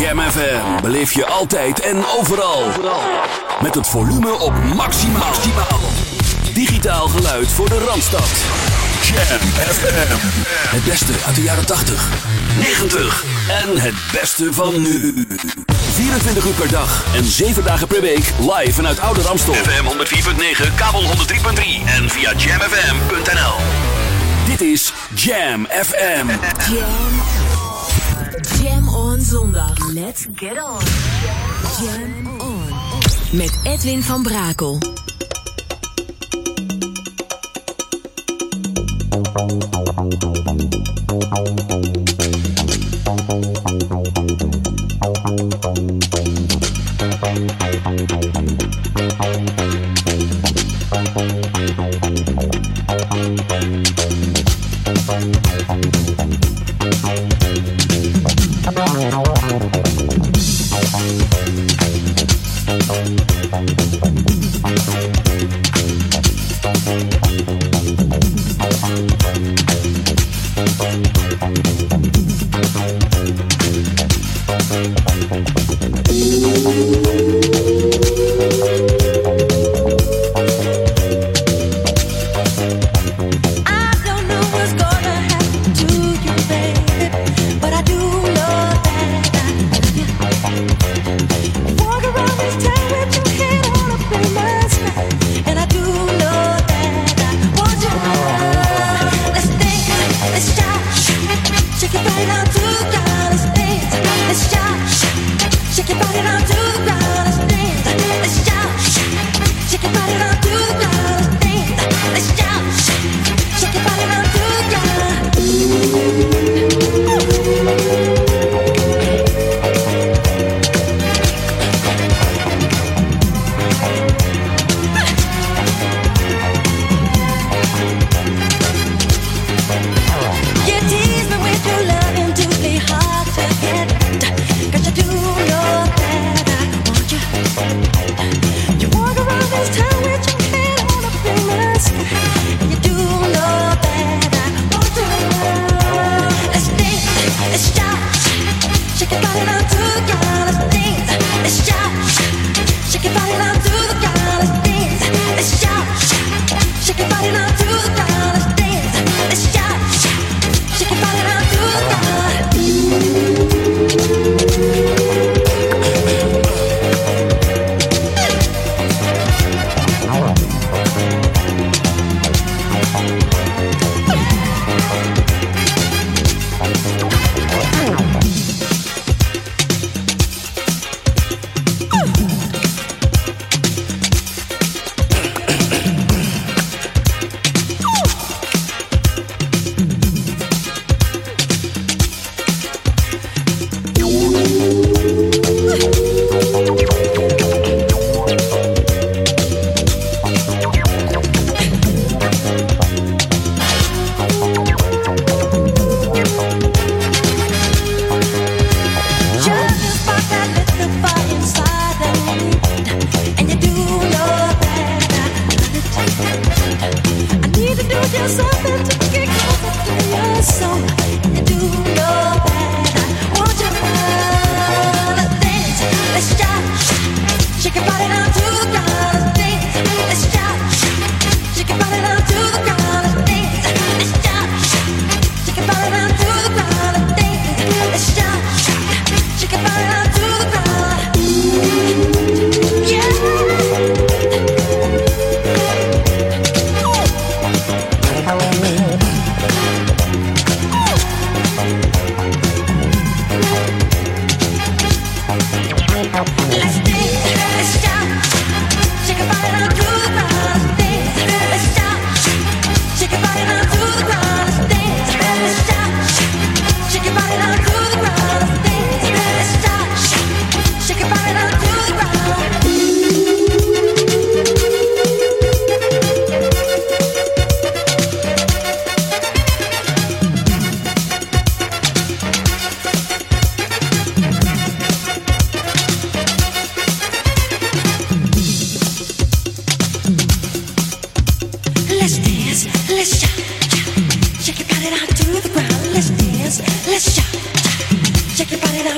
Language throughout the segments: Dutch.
Jam FM beleef je altijd en overal. Met het volume op maximaal. Digitaal geluid voor de Randstad. Jam FM. Het beste uit de jaren 80, 90 en het beste van nu. 24 uur per dag en 7 dagen per week live vanuit Oude Ramstel. FM 104.9, kabel 103.3 en via jamfm.nl. Dit is Jam FM. Jam on zondag. Let's get on. Jam on. Met Edwin van Brakel. Shake your body down to the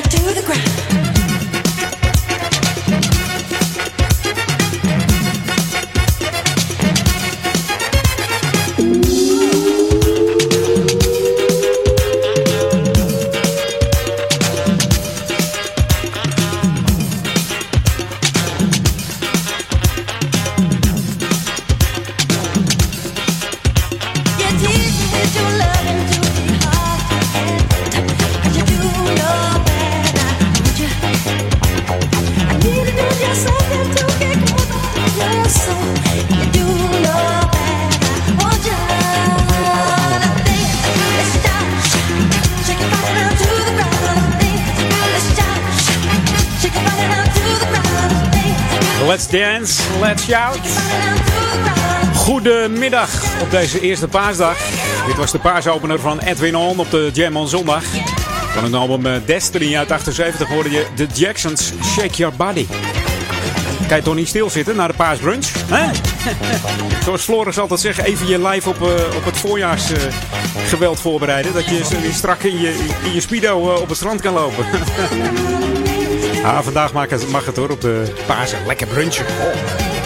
Let's dance, let's shout. Goedemiddag op deze eerste paasdag. Dit was de paasopener van Edwin On op de Jam on Zondag. Van het album Destiny uit 78 hoorde je The Jacksons, Shake Your Body. Kan je toch niet stilzitten na de paasbrunch? Hè? Zoals Floris altijd zegt, even je lijf op het voorjaarsgeweld voorbereiden. Dat je strak in je speedo op het strand kan lopen. Vandaag mag het hoor, op de Pasen. Lekker brunchen. Oh.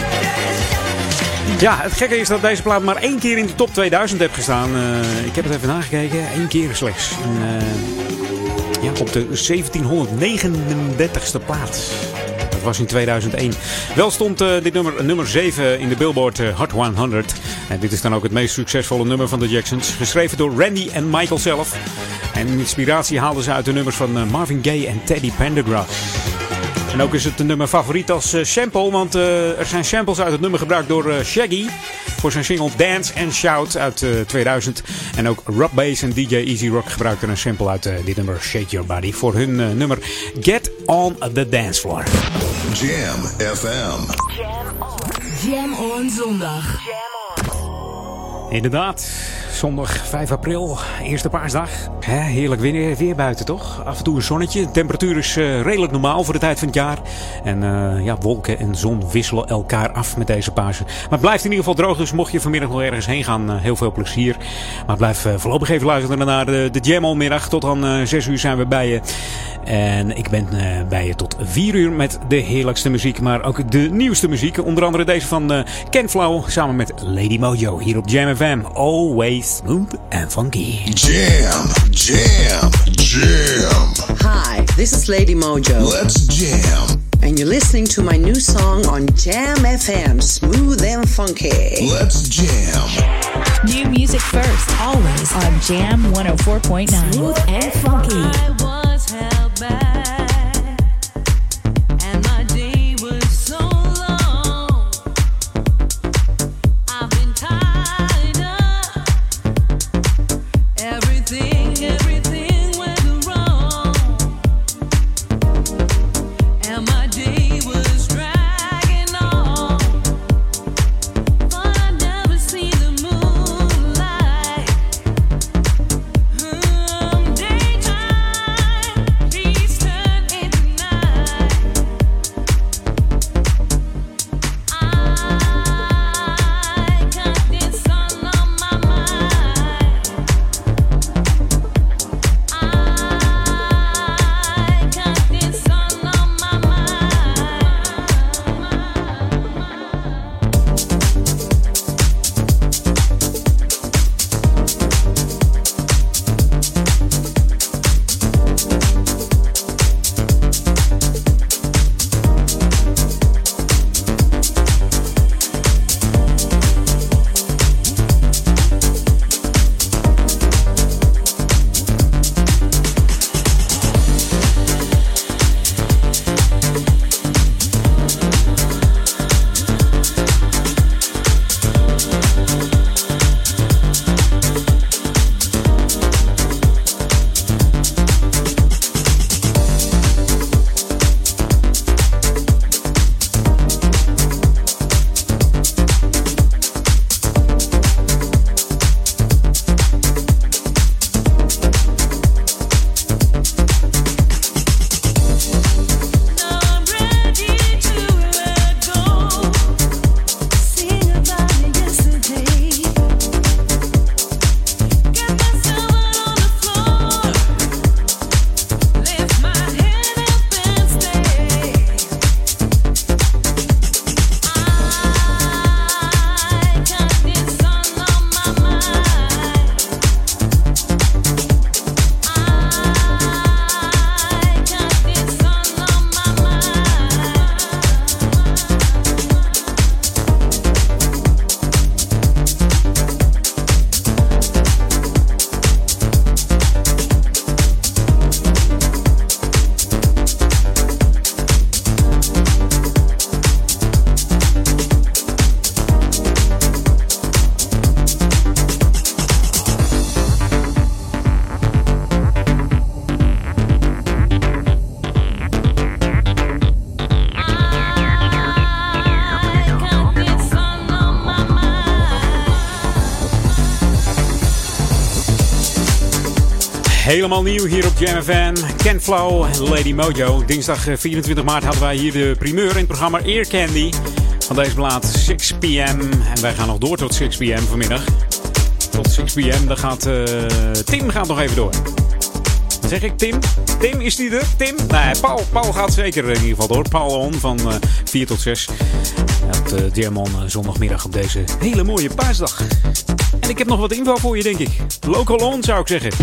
Ja, het gekke is dat deze plaat maar 1 keer in de top 2000 heeft gestaan. Ik heb het even nagekeken. 1 keer slechts. Op de 1739ste plaats. Dat was in 2001. Wel stond dit nummer 7 in de Billboard Hot 100. En dit is dan ook het meest succesvolle nummer van de Jacksons. Geschreven door Randy en Michael zelf. En inspiratie haalden ze uit de nummers van Marvin Gaye en Teddy Pendergrass. En ook is het een nummer favoriet als sample, want er zijn samples uit het nummer gebruikt door Shaggy voor zijn single Dance and Shout uit 2000. En ook Rob Bass en DJ Easy Rock gebruikten een sample uit dit nummer Shake Your Body voor hun nummer Get On The Dance Floor. Jam FM. Jam on zondag. Inderdaad, zondag 5 april, eerste paasdag. Heerlijk weer buiten toch? Af en toe een zonnetje. De temperatuur is redelijk normaal voor de tijd van het jaar. En wolken en zon wisselen elkaar af met deze Pasen. Maar het blijft in ieder geval droog, dus mocht je vanmiddag nog ergens heen gaan, heel veel plezier. Maar blijf voorlopig even luisteren naar de Jam all middag. Tot dan 6 uur zijn we bij je. En ik ben bij je tot 4 uur met de heerlijkste muziek, maar ook de nieuwste muziek. Onder andere deze van Ken Flow samen met Lady Mojo hier op Jam FM. Always smooth and funky. Jam, jam, jam. Hi, this is Lady Mojo. Let's jam. And you're listening to my new song on Jam FM, Smooth and Funky. Let's jam. New music first, always on Jam 104.9. Smooth and funky. I was held back, and my day was so long. I've been tied up. Everything went wrong, and my day was dragging on. But I never see the moonlight. Daytime, peace. Helemaal nieuw hier op Jam FM. Ken Flow en Lady Mojo. Dinsdag 24 maart hadden wij hier de primeur in het programma Ear Candy. Van deze plaat 6 p.m. En wij gaan nog door tot 6 p.m. vanmiddag. Tot 6 p.m. Dan gaat Tim gaat nog even door. Dan zeg ik Tim. Tim, is die er? Tim? Nee, Paul gaat zeker in ieder geval door. Paul On van 4 tot 6. Op Jam On zondagmiddag op deze hele mooie paasdag. En ik heb nog wat info voor je, denk ik. Local On, zou ik zeggen.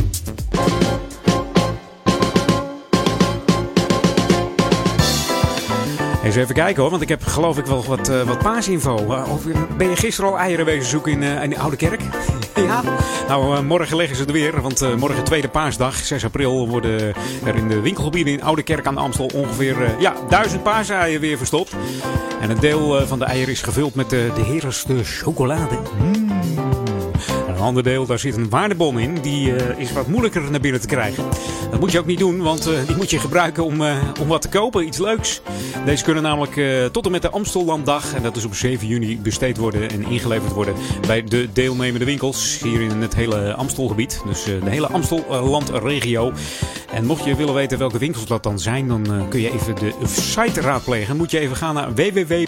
Eens even kijken hoor, want ik heb geloof ik wel wat paasinfo. Ben je gisteren al eieren wezen zoeken in de Oude Kerk? Ja. Nou, morgen leggen ze er weer, want morgen tweede paasdag, 6 april, worden er in de winkelgebieden in Oude Kerk aan de Amstel ongeveer 1000 paaseieren weer verstopt. En een deel van de eieren is gevuld met de heerlijkste chocolade. Een ander deel, daar zit een waardebon in. Die is wat moeilijker naar binnen te krijgen. Dat moet je ook niet doen, want die moet je gebruiken om wat te kopen. Iets leuks. Deze kunnen namelijk tot en met de Amstellanddag, en dat is op 7 juni, besteed worden en ingeleverd worden bij de deelnemende winkels. Hier in het hele Amstelgebied. Dus de hele Amstellandregio. En mocht je willen weten welke winkels dat dan zijn, dan kun je even de site raadplegen. Moet je even gaan naar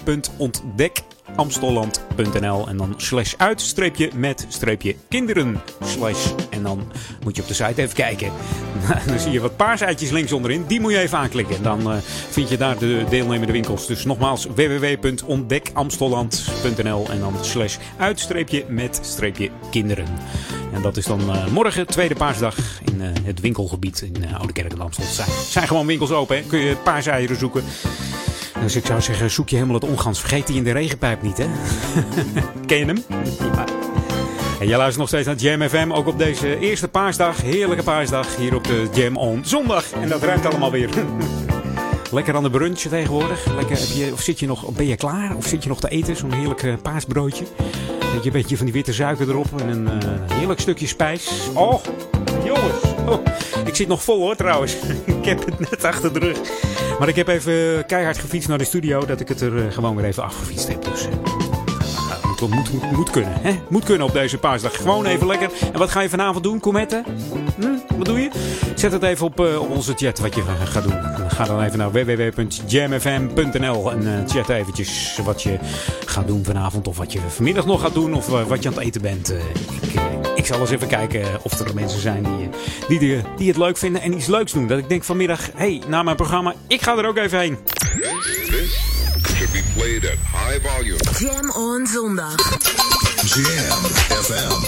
www.ontdekamstelland.nl en dan /uit-met-kinderen/ en dan moet je op de site even kijken. Dan zie je wat paaseitjes links onderin. Die moet je even aanklikken. En dan vind je daar de deelnemende winkels. Dus nogmaals www.ontdekamstelland.nl en dan /uit-met-kinderen. En dat is dan morgen, tweede paasdag in het winkelgebied in Oude Kerk en Amstel. Zijn gewoon winkels open, hè? Kun je paaseieren zoeken. Dus ik zou zeggen, zoek je helemaal het omgans. Vergeet die in de regenpijp niet, hè? Ken je hem? Ja. En jij luistert nog steeds naar Jam FM, ook op deze eerste paasdag. Heerlijke paasdag hier op de Jam On zondag. En dat ruimt allemaal weer. Lekker aan de brunch tegenwoordig. Lekker, ben je klaar? Of zit je nog te eten? Zo'n heerlijk paasbroodje. Met een beetje van die witte suiker erop. En een heerlijk stukje spijs. Oh, jongens. Oh, ik zit nog vol hoor trouwens. Ik heb het net achter de rug. Maar ik heb even keihard gefietst naar de studio. Dat ik het er gewoon weer even afgefietst heb. Dus moet kunnen. Hè? Moet kunnen op deze paasdag. Gewoon even lekker. En wat ga je vanavond doen, Comette? Wat doe je? Zet het even op onze chat wat je gaat doen. Ga dan even naar www.jamfm.nl en chat eventjes wat je gaat doen vanavond. Of wat je vanmiddag nog gaat doen. Of wat je aan het eten bent. Ik zal eens even kijken of er mensen zijn die het leuk vinden en iets leuks doen. Dat ik denk vanmiddag, na mijn programma, ik ga er ook even heen. Should be played at high volume. Jam on zondag. Jam FM.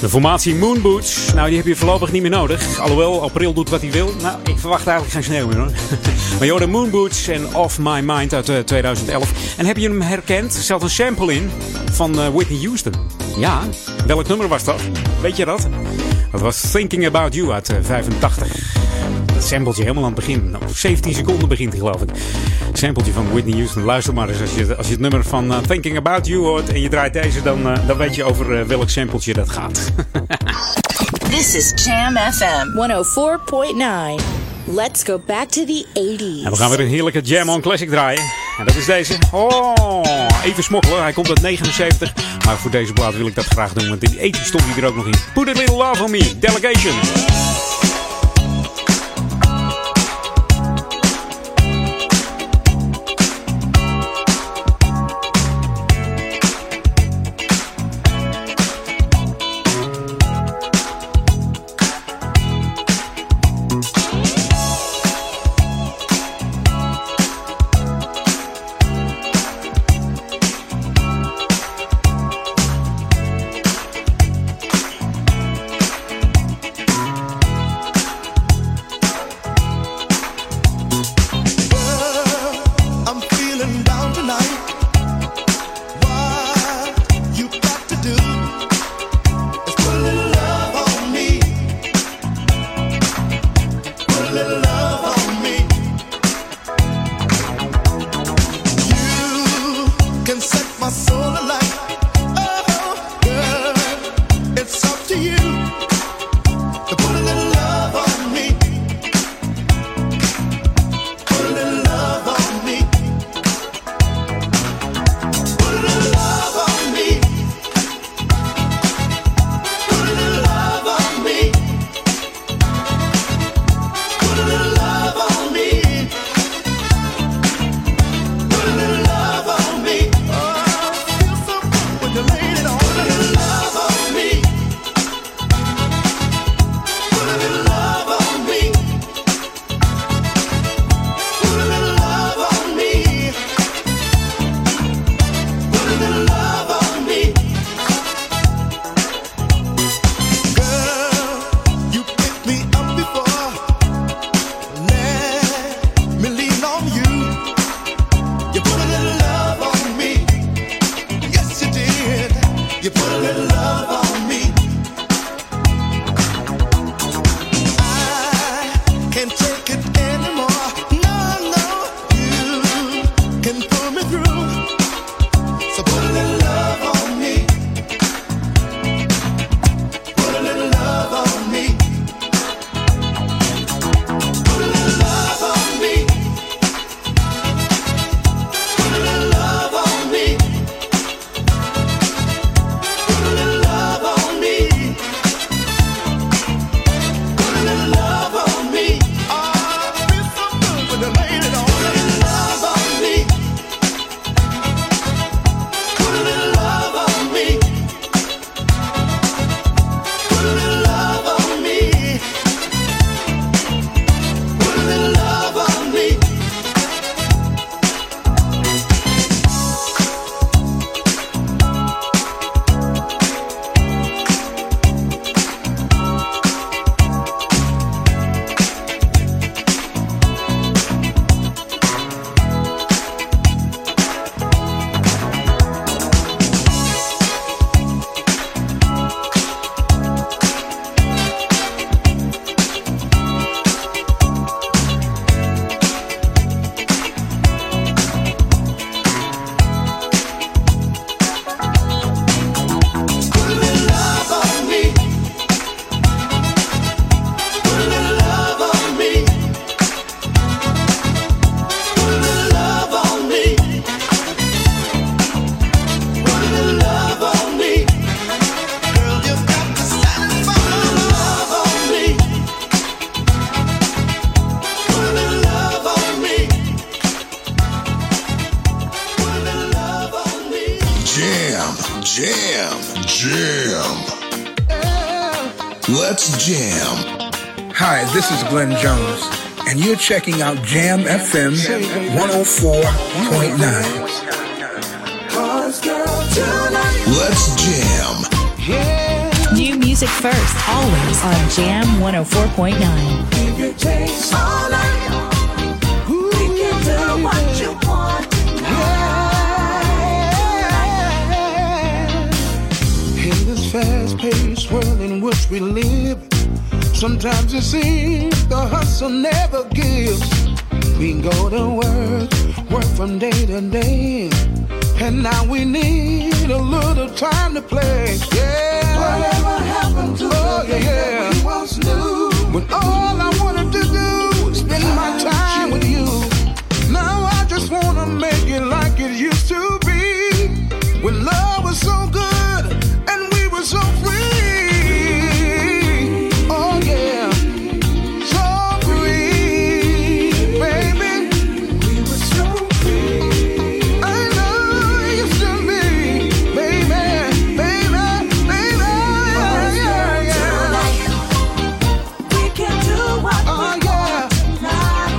De formatie Moonboots, nou die heb je voorlopig niet meer nodig. Alhoewel, April doet wat hij wil. Nou, ik verwacht eigenlijk geen sneeuw meer hoor. Maar joh, de Moonboots en Off My Mind uit 2011. En heb je hem herkend? Er zat een sample in van Whitney Houston. Ja, welk nummer was dat? Weet je dat? Dat was Thinking About You uit 85. Dat sampletje helemaal aan het begin. Op 17 seconden begint hij geloof ik. Sampletje van Whitney Houston. Luister maar eens als je het nummer van Thinking About You hoort en je draait deze, dan weet je over welk sampletje dat gaat. This is Jam FM 104.9. Let's go back to the 80s. En we gaan weer een heerlijke Jam On Classic draaien. En dat is deze. Oh, even smokkelen. Hij komt uit 79. Maar voor deze plaat wil ik dat graag doen, want in die 80 stond hij er ook nog in. Put a little love on me. Delegation. Let's jam. Hi, this is Glenn Jones, and you're checking out Jam FM 104.9. Let's jam. New music always on Jam 104.9. If it takes all night, we can do what you want In this fast-paced world in which we live, sometimes it seems the hustle never gives. We go to work from day to day, and now we need a little time to play. Yeah. Whatever happened to we once knew? When all I wanted to do was spend my time with you. Now I just wanna make it like it used to be, when love was so good and we were so free. Oh yeah, so free, baby. We were so free. I know it used to be, baby, baby, baby. Yeah, yeah. We can do what we want tonight.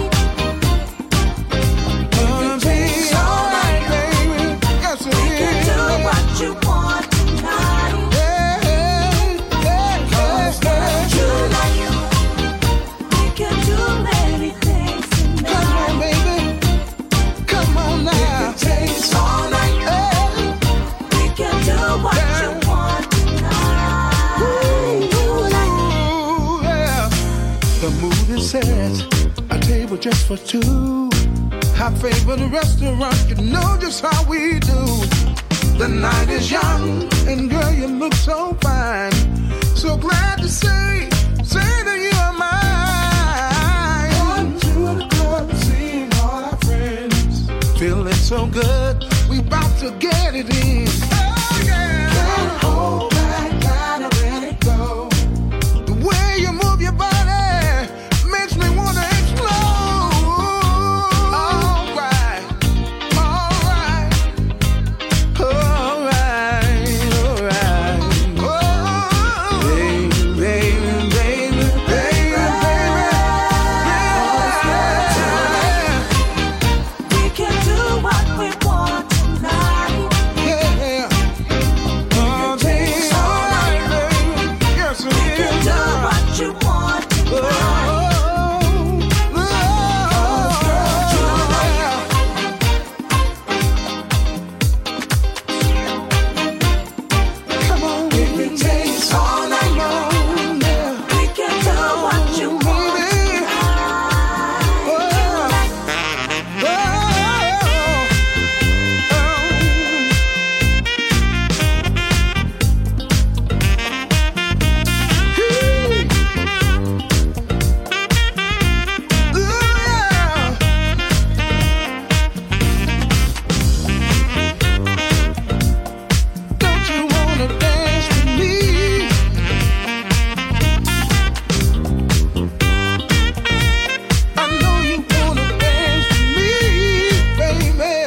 Gonna be alright, baby. Yes, it We can do is. what you want tonight. Yeah, yeah, Tonight, we can do many things Come tonight. on, baby. Come on now. It takes all night. We can do what you want tonight. Ooh, yeah. The mood is set, a table just for two. Our favorite restaurant, you know just how we do. The night is young, and girl, you look so fine. So glad to say that you are mine. Going to the club and seeing all our friends. Feeling so good, we bout to get it in. Oh yeah. Can't hold back, gotta let it go. The way you move your body makes me wanna explode. All right, all right, all right, all right. Oh, baby, baby, baby, baby, baby. We can do what we want tonight. Yeah, yeah. Oh, baby, all right, baby. Yes, it We can is. do what you want tonight. Come on, If it takes all night, we can do what you want tonight. Don't you wanna dance with me? I know you wanna dance with me, baby.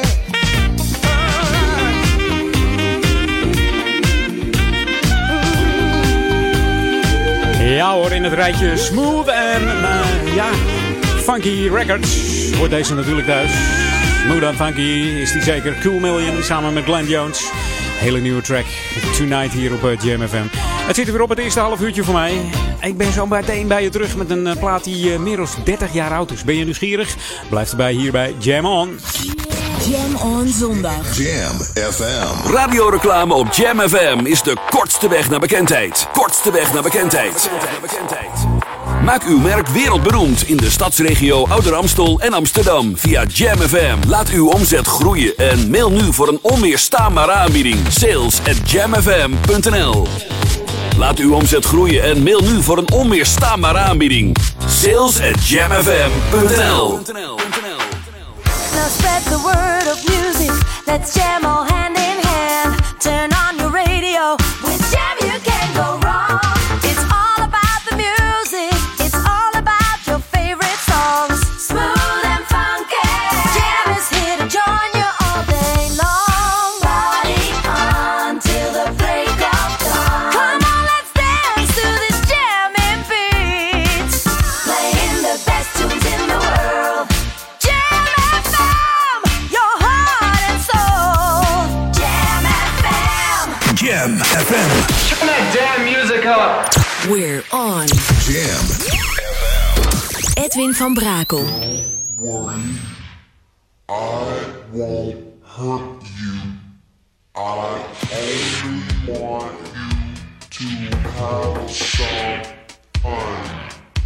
Ja hoor, in het rijtje smooth en ja, funky records hoort deze natuurlijk thuis. Smooth en funky is die zeker. Cool Million samen met Glenn Jones. Hele nieuwe track Tonight hier op Jam FM. Het zit er weer op, het eerste half uurtje voor mij. Ik ben zo meteen bij je terug met een plaat die meer dan 30 jaar oud is. Ben je nieuwsgierig? Blijf erbij hier bij Jam On. Jam on zondag. Jam FM. Radioreclame op Jam FM is de kortste weg naar bekendheid. Kortste weg naar bekendheid. Maak uw merk wereldberoemd in de stadsregio Ouder Amstel en Amsterdam via Jam FM. Laat uw omzet groeien en mail nu voor een onweerstaanbare aanbieding. sales@jamfm.nl. Laat uw omzet groeien en mail nu voor een onweerstaanbare aanbieding. sales@jamfm.nl. Now spread the word of music. Let's jam all hand in hand. Turn on your radio. With Jam you can't go wrong. It's all about the music. It's all about your favorite songs. Smooth and funky. Jam is here to join you all day long. Party on till the break of dawn. Come on, let's dance to this jamming beat. Playing the best tunes in the world. Jam FM, your heart and soul. Jam FM. Jam FM. Turn that damn music up. We're on. Jam. Edwin van Brakel. Worry. I won't hurt you. I only want you to have some fun.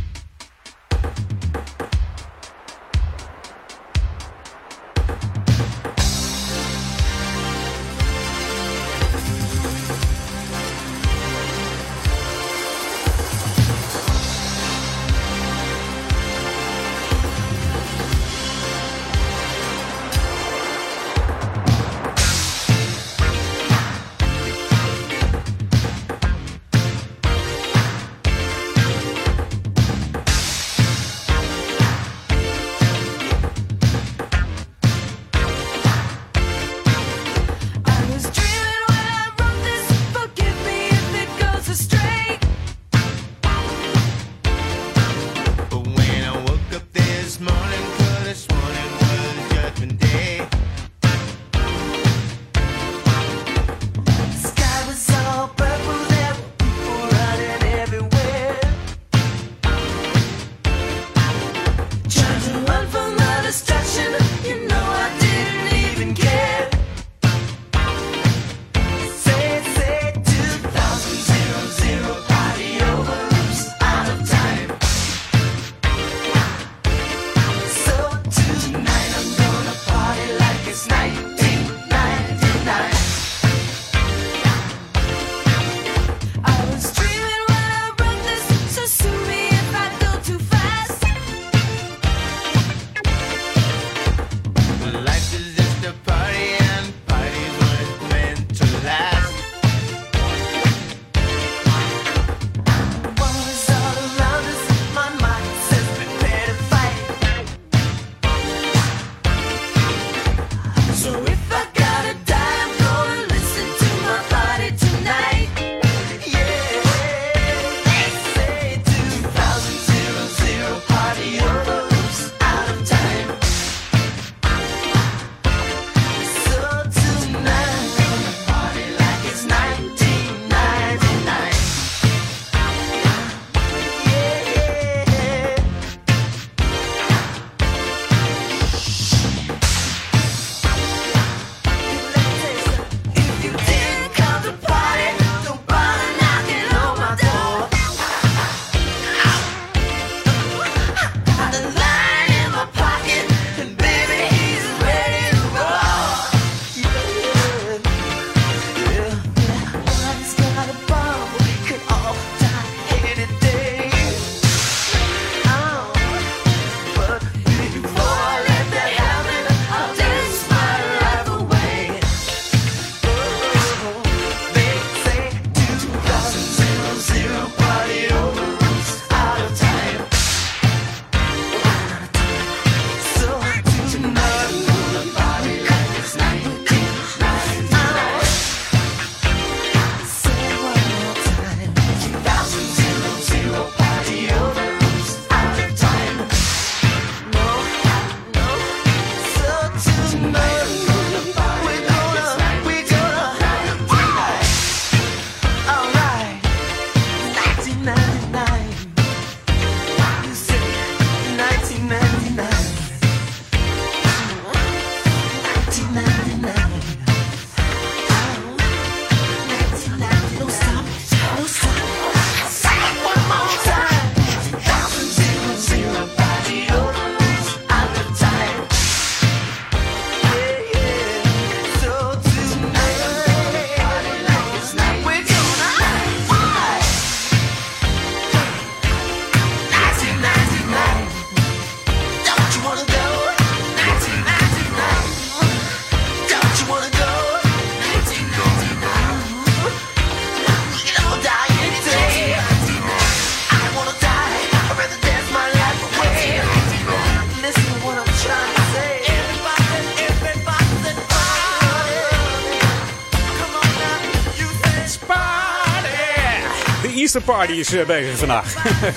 Easter Party is bezig vandaag.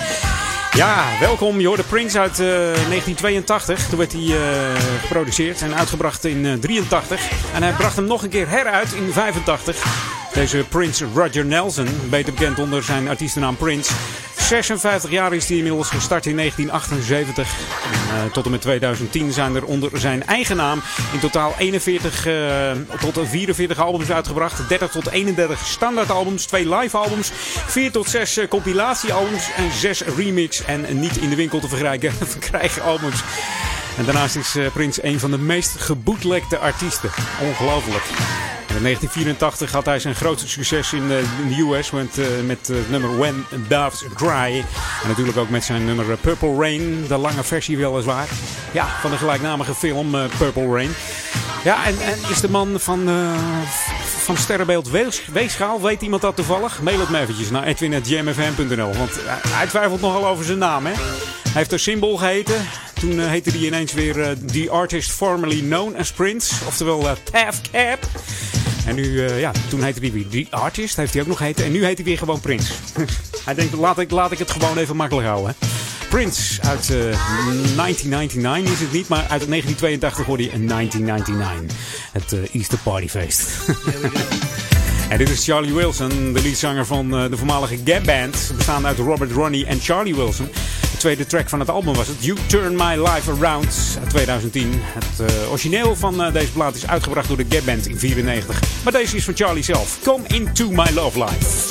Ja, welkom. Je hoorde Prince uit 1982. Toen werd hij geproduceerd en uitgebracht in 83. En hij bracht hem nog een keer heruit in 85. Deze Prince Roger Nelson, beter bekend onder zijn artiestennaam Prince. 56 jaar is hij inmiddels, gestart in 1978. En, tot en met 2010 zijn er onder zijn eigen naam in totaal 41 tot 44 albums uitgebracht. 30 tot 31 standaardalbums, 2 live albums, 4 tot 6 compilatiealbums en 6 remix en niet in de winkel te verkrijgen albums. En daarnaast is Prince een van de meest gebootlegde artiesten. Ongelooflijk. In 1984 had hij zijn grootste succes in de US met het nummer When Doves Cry. En natuurlijk ook met zijn nummer Purple Rain, de lange versie weliswaar. Ja, van de gelijknamige film Purple Rain. Ja, en is de man van Sterrenbeeld Weegschaal. Weet iemand dat toevallig? Mail het me eventjes naar edwin@jamfm.nl. Want hij twijfelt nogal over zijn naam, hè. Hij heeft een Symbol geheten. Toen heette hij ineens weer The Artist Formerly Known as Prince. Oftewel Path Cap. En nu, toen heette hij weer The Artist. Heeft hij ook nog geheten. En nu heet hij weer gewoon Prince. Hij denkt, laat ik het gewoon even makkelijk houden. Hè. Prince uit 1999 is het niet. Maar uit 1982 hoorde je 1999. Het Easter Partyfeest. En dit is Charlie Wilson, de leadzanger van de voormalige Gap Band. Bestaande uit Robert Ronnie en Charlie Wilson. De tweede track van het album was het You Turn My Life Around uit 2010. Het origineel van deze plaat is uitgebracht door de Gap Band in 1994. Maar deze is van Charlie zelf. Come Into My Love Life.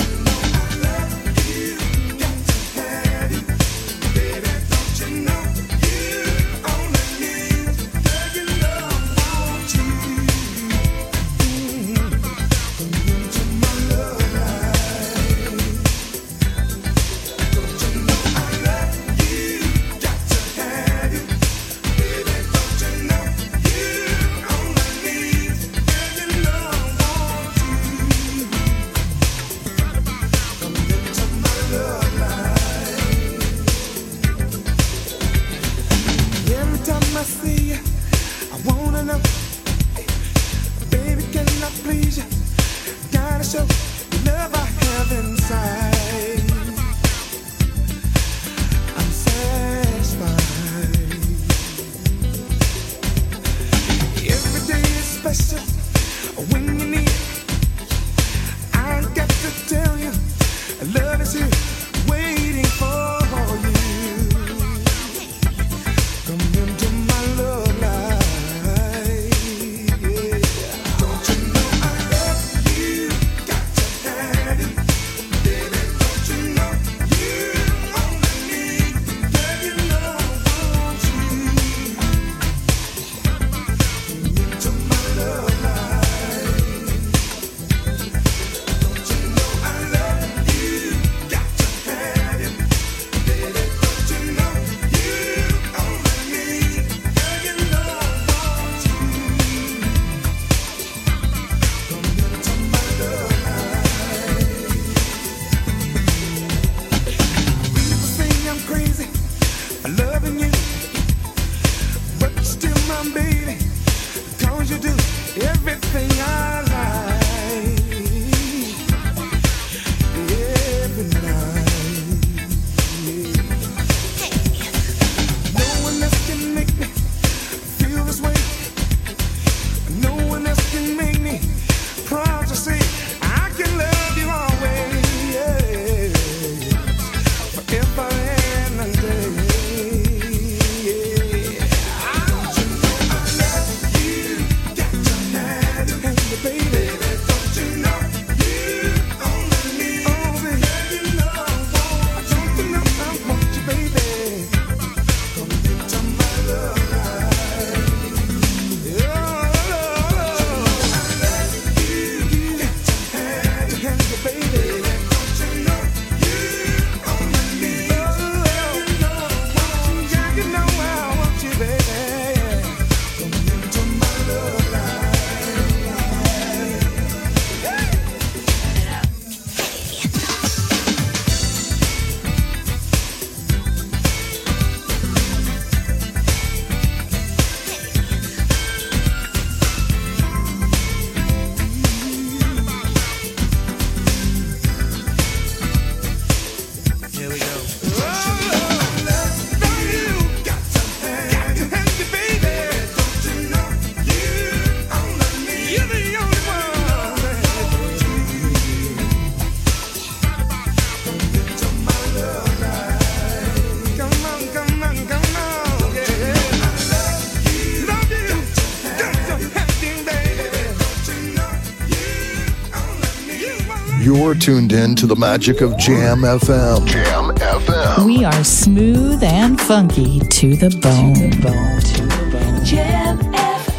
You're tuned in to the magic of Jam FM. Jam FM. We are smooth and funky to the bone. Jam FM.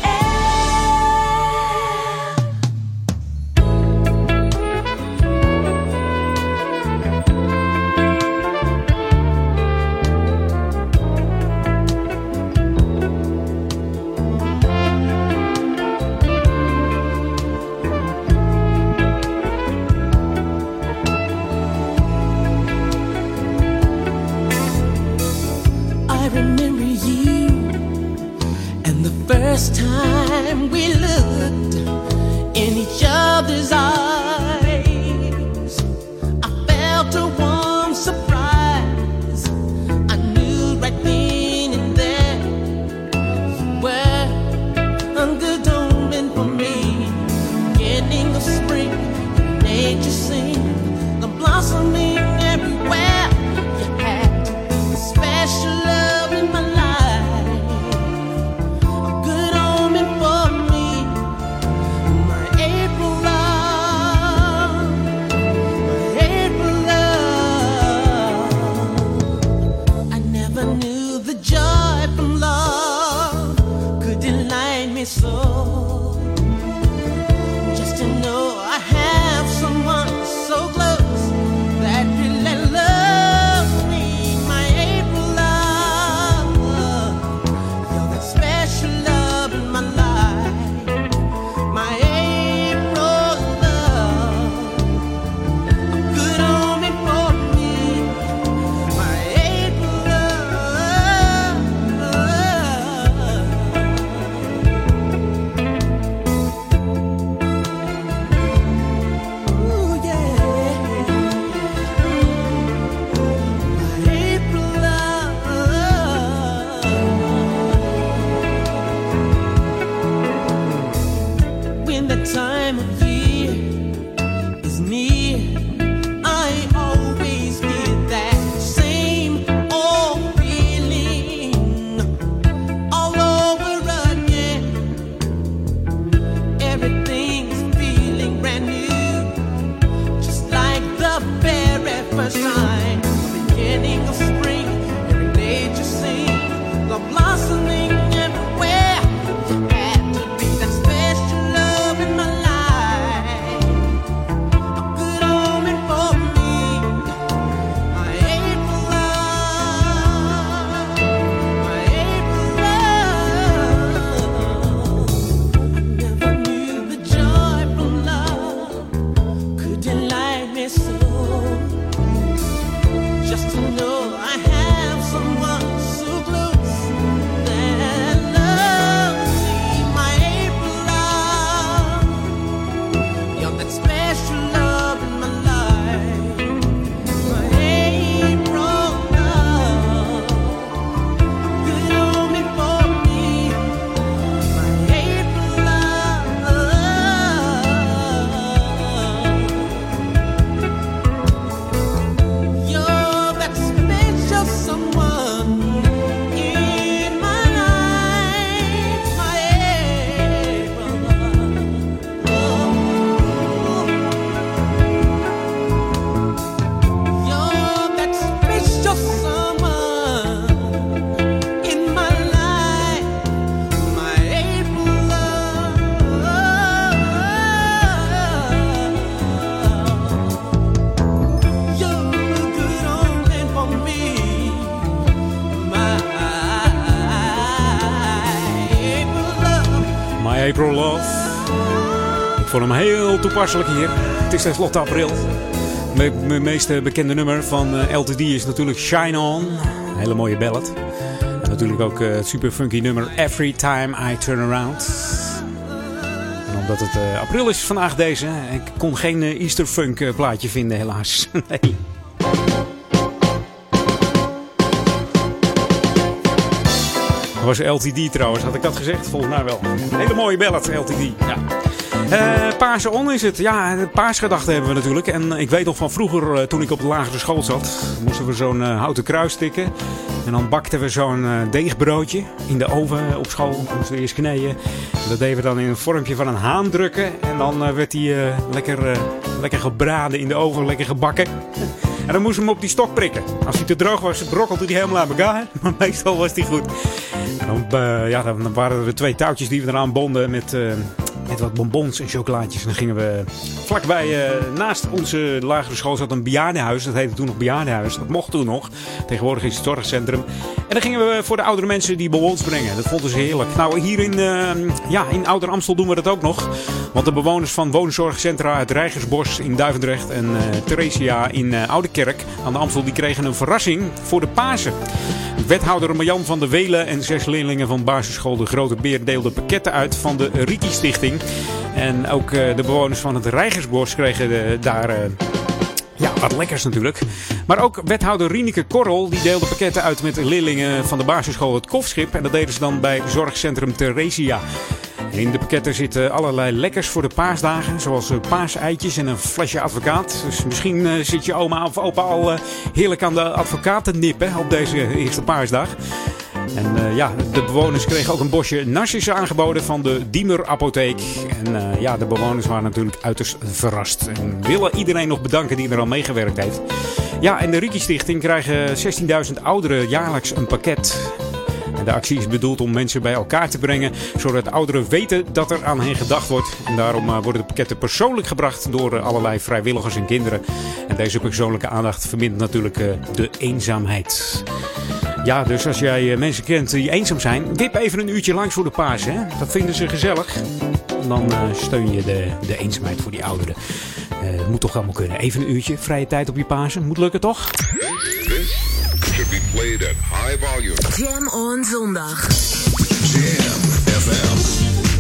First time we looked in each other's eyes, I felt a warm surprise. I knew right then and there you were a good omen for me. Beginning of spring, nature sing, the blossoming everywhere. You had a special love in my life. So just to know I have someone so close that really loves me, my April love. You're that special love in my life, my April love. A good omen for me, my April love. Time of year is near, I always get that same old feeling all over again. Everything's feeling brand new, just like the very first time. Beginning of spring, every nature sing, the blossoming everywhere. You had to be that special love in my life. April Love. Ik vond hem heel toepasselijk hier. Het is tenslotte april. Mijn meest bekende nummer van LTD is natuurlijk Shine On. Een hele mooie ballad. En natuurlijk ook het super funky nummer Every Time I Turn Around. En omdat het april is vandaag deze. Ik kon geen Easter Funk plaatje vinden helaas. Nee. Dat was LTD trouwens, had ik dat gezegd? Volgens mij wel. Een hele mooie ballad, LTD. Ja. Pasen on is het. Ja, paasgedachten hebben we natuurlijk. En ik weet nog van vroeger, toen ik op de lagere school zat, moesten we zo'n houten kruis tikken. En dan bakten we zo'n deegbroodje in de oven op school. Moesten we eerst kneden. Dat deden we dan in een vormpje van een haan drukken. En dan werd die lekker gebraden in de oven, lekker gebakken. En dan moesten we hem op die stok prikken. Als hij te droog was, brokkelde hij helemaal aan elkaar. Maar meestal was hij goed. En dan waren er 2 touwtjes die we eraan bonden met wat bonbons en chocolaatjes. En dan gingen we vlakbij, naast onze lagere school zat een bejaardenhuis. Dat heette toen nog bejaardenhuis. Dat mocht toen nog. Tegenwoordig is het zorgcentrum. En dan gingen we voor de oudere mensen die bonbons brengen. Dat vonden ze heerlijk. Nou, hier in Ouder Amstel doen we dat ook nog. Want de bewoners van woonzorgcentra het Rijgersbos in Duivendrecht en Theresia in Oudekerk aan de Amstel, die kregen een verrassing voor de Pasen. Wethouder Marjan van der Welen en 6 leerlingen van basisschool De Grote Beer deelden pakketten uit van de Riki Stichting. En ook de bewoners van het Rijgersbos kregen daar wat lekkers natuurlijk. Maar ook wethouder Rieneke Korrel die deelde pakketten uit met leerlingen van de basisschool Het Kofschip. En dat deden ze dan bij zorgcentrum Theresia. En in de pakketten zitten allerlei lekkers voor de paasdagen. Zoals paaseitjes en een flesje advocaat. Dus misschien zit je oma of opa al heerlijk aan de advocaat te nippen op deze eerste paasdag. En de bewoners kregen ook een bosje narcissen aangeboden van de Diemer Apotheek. En de bewoners waren natuurlijk uiterst verrast. En willen iedereen nog bedanken die er al meegewerkt heeft. Ja, en de Riki Stichting krijgen 16.000 ouderen jaarlijks een pakket. En de actie is bedoeld om mensen bij elkaar te brengen, zodat ouderen weten dat er aan hen gedacht wordt. En daarom worden de pakketten persoonlijk gebracht door allerlei vrijwilligers en kinderen. En deze persoonlijke aandacht vermindert natuurlijk de eenzaamheid. Ja, dus als jij mensen kent die eenzaam zijn, wip even een uurtje langs voor de paas. Hè? Dat vinden ze gezellig. En dan steun je de eenzaamheid voor die ouderen. Moet toch allemaal kunnen. Even een uurtje vrije tijd op je Pasen. Moet lukken, toch? Should be played at high volume. Jam on zondag. Jam FM.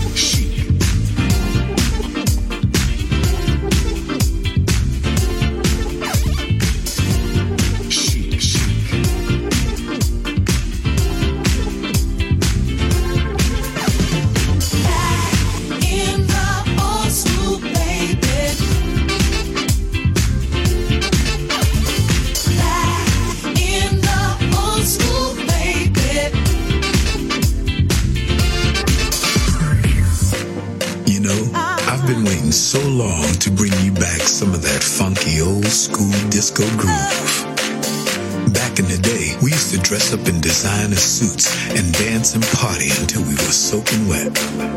So long to bring you back some of that funky old school disco groove. Back in the day, we used to dress up in designer suits and dance and party until we were soaking wet.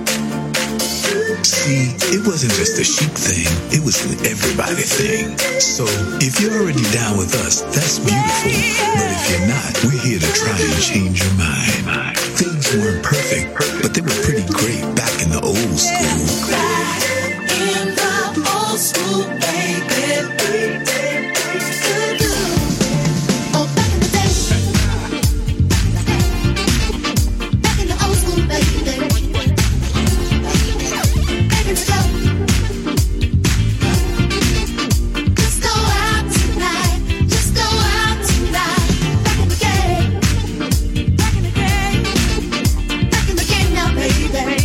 See, it wasn't just a chic thing, it was an everybody thing. So, if you're already down with us, that's beautiful. But if you're not, we're here to try and change your mind. Things weren't perfect, but they were pretty great back in the old school. School, baby. Oh, back in the day. Back in the old school, baby. Baby, let's go. Just go out tonight. Just go out tonight. Back in the game. Back in the game. Back in the game now, baby.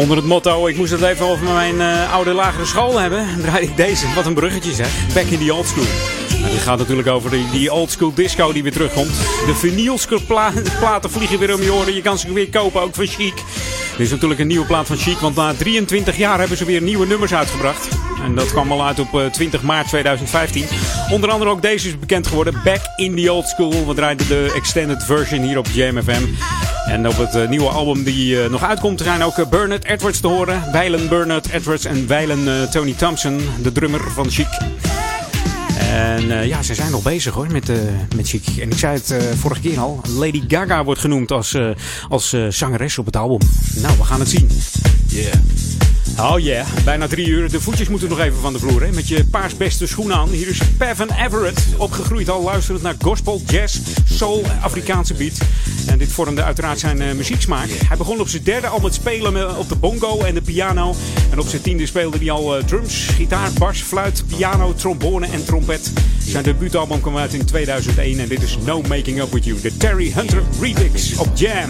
Onder het motto, ik moest het even over mijn oude lagere school hebben, draai ik deze. Wat een bruggetje zeg. Back in the old school. Nou, dit gaat natuurlijk over die old school disco die weer terugkomt. De vinylplaten vliegen weer om je oren. Je kan ze weer kopen, ook van Chic. Dit is natuurlijk een nieuwe plaat van Chic, want na 23 jaar hebben ze weer nieuwe nummers uitgebracht. En dat kwam al uit op 20 maart 2015. Onder andere ook deze is bekend geworden. Back in the old school. We draaiden de extended version hier op Jam FM. En op het nieuwe album die nog uitkomt zijn ook Bernard Edwards te horen. Waylon Bernard Edwards en Waylon Tony Thompson, de drummer van Chic. En ja, ze zijn nog bezig hoor met Chic. En ik zei het vorige keer al. Lady Gaga wordt genoemd als zangeres op het album. Nou, we gaan het zien. Yeah. Oh yeah, bijna 3 uur. De voetjes moeten nog even van de vloer. Hè? Met je paarsbeste schoenen aan. Hier is Pavan Everett. Opgegroeid al luisterend naar gospel, jazz, soul, Afrikaanse beat. En dit vormde uiteraard zijn muzieksmaak. Hij begon op zijn 3e al met spelen op de bongo en de piano. En op zijn 10e speelde hij al drums, gitaar, bas, fluit, piano, trombone en trompet. Zijn debuutalbum kwam uit in 2001 en dit is No Making Up With You. De Terry Hunter remix op Jam.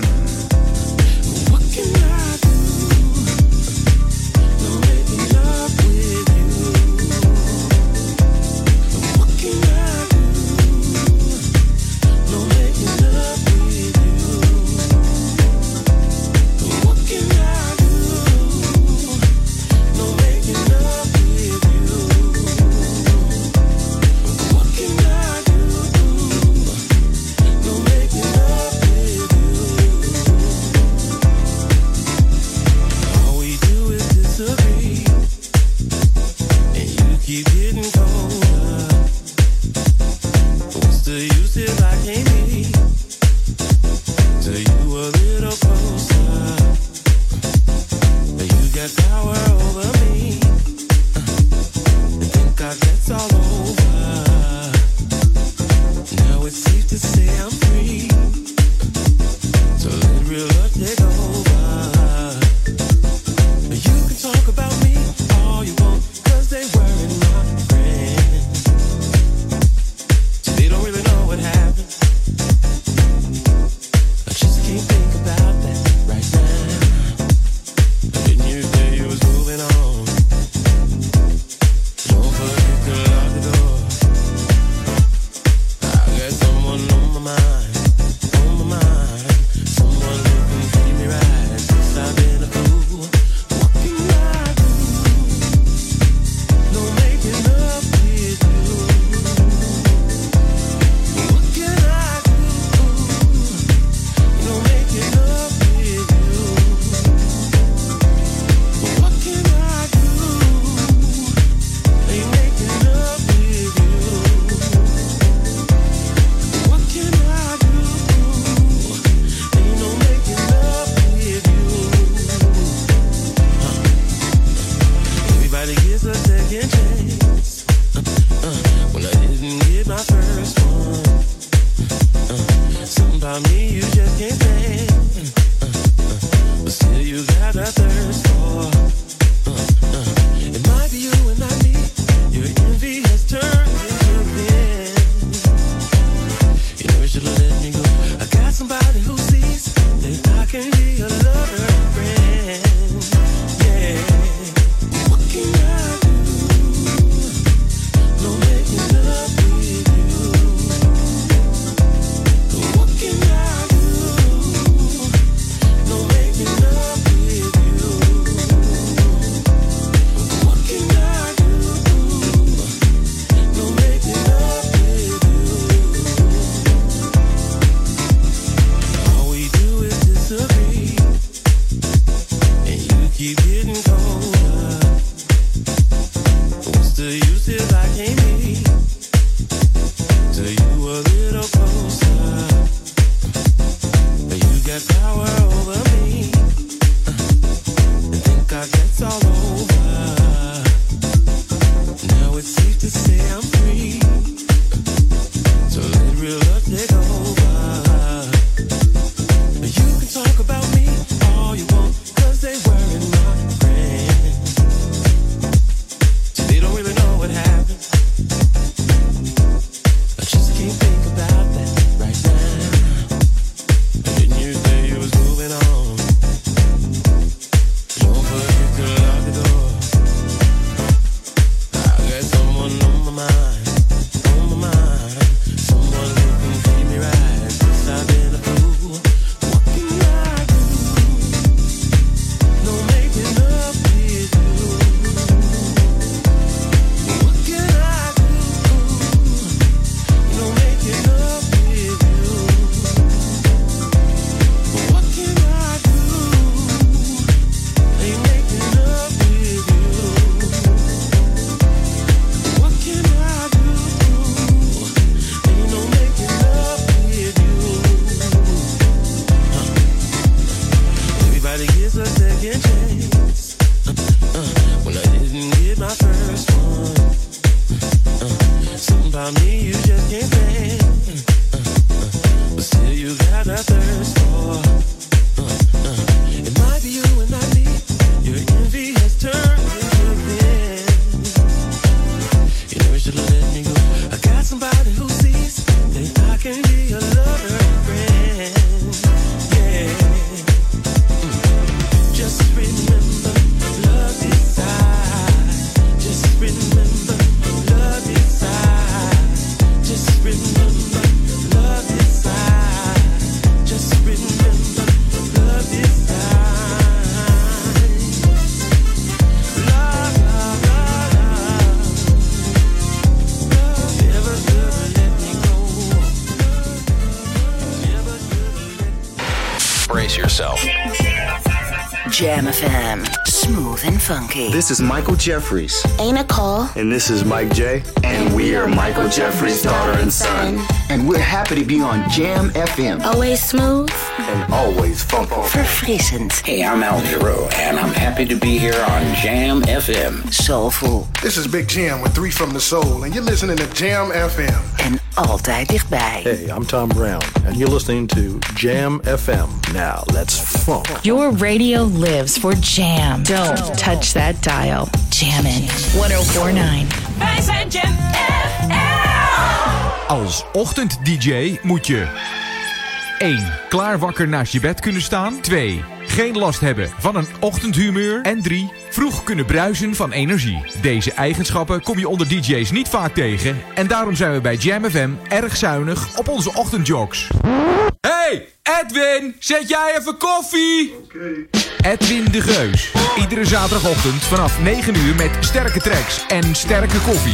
Brace yourself. Jam FM, smooth and funky. This is Michael Jeffries. Hey, Nicole. And this is Mike J. And we are Michael Jeffries' daughter and son. And we're happy to be on Jam FM. Always smooth. And always funky. Verfrissend. Hey, I'm Al Giro, and I'm happy to be here on Jam FM. Soulful. This is Big Jam with 3 from the Soul, and you're listening to Jam FM. En altijd dichtbij. Hey, I'm Tom Brown, and you're listening to Jam FM. Now, let's funk. Your radio lives for Jam. Don't touch that dial. Jammin' 1049. Wij zijn Jam FM. Als ochtend-dj moet je 1. Klaar wakker naast je bed kunnen staan. 2. Geen last hebben van een ochtendhumeur. En 3. Vroeg kunnen bruisen van energie. Deze eigenschappen kom je onder DJ's niet vaak tegen. En daarom zijn we bij Jam FM erg zuinig op onze ochtendjogs. Hey, Edwin, zet jij even koffie? Edwin de Geus. Iedere zaterdagochtend vanaf 9 uur met sterke tracks en sterke koffie.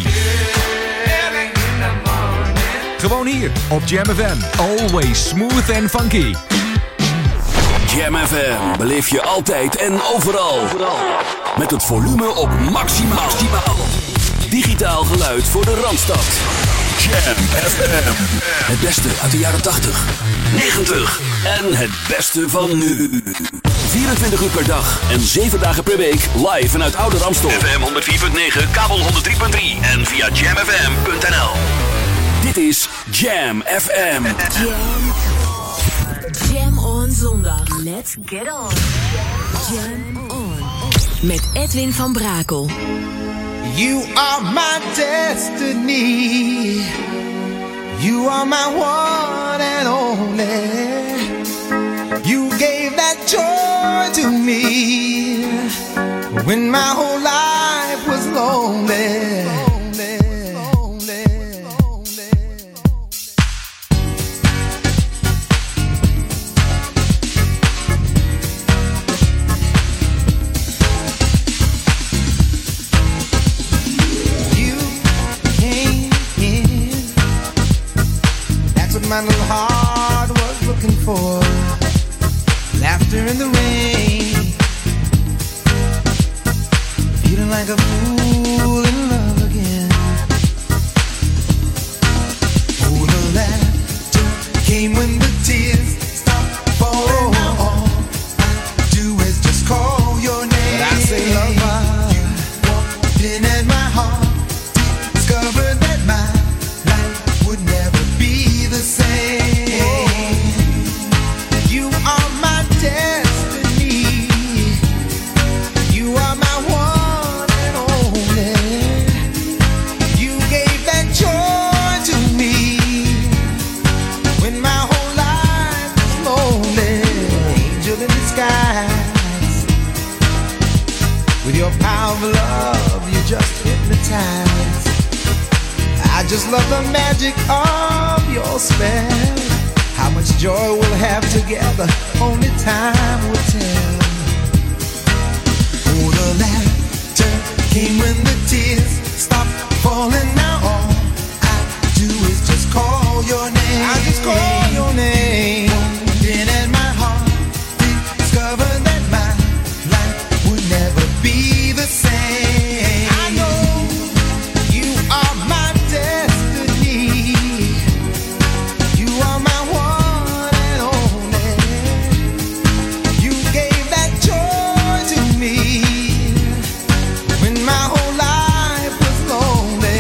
Gewoon hier op Jam FM. Always smooth and funky. Jam FM beleef je altijd en overal. Met het volume op maximaal. Digitaal geluid voor de Randstad. Jam FM. Het beste uit de jaren 80, 90 en het beste van nu. 24 uur per dag en 7 dagen per week live vanuit Oude Ramstel. FM 104.9, kabel 103.3 en via jamfm.nl. Dit is Jam FM. Jam on zondag. Let's get on. Jam on. Met Edwin van Brakel. You are my destiny. You are my one and only. You gave that joy to me when my whole life was lonely. My little heart was looking for laughter in the rain, feeling like a fool in love again. Oh, the laughter came when the tears stopped falling. All I do is just call your name. But I say, lover, you walked in at my heart, discovered that my life would never be the same. You are my destiny. You are my one and only. You gave that joy to me when my whole life was lonely. Angel in disguise, with your power of love, you just hypnotize. I just love the magic of your spell. How much joy we'll have together, only time will tell. Oh, the laughter came when the tears stopped falling. Now all I do is just call your name. I just call your name. Then in my heart, discover that my life would never be the same. I know you are my destiny. You are my one and only. You gave that joy to me when my whole life was lonely.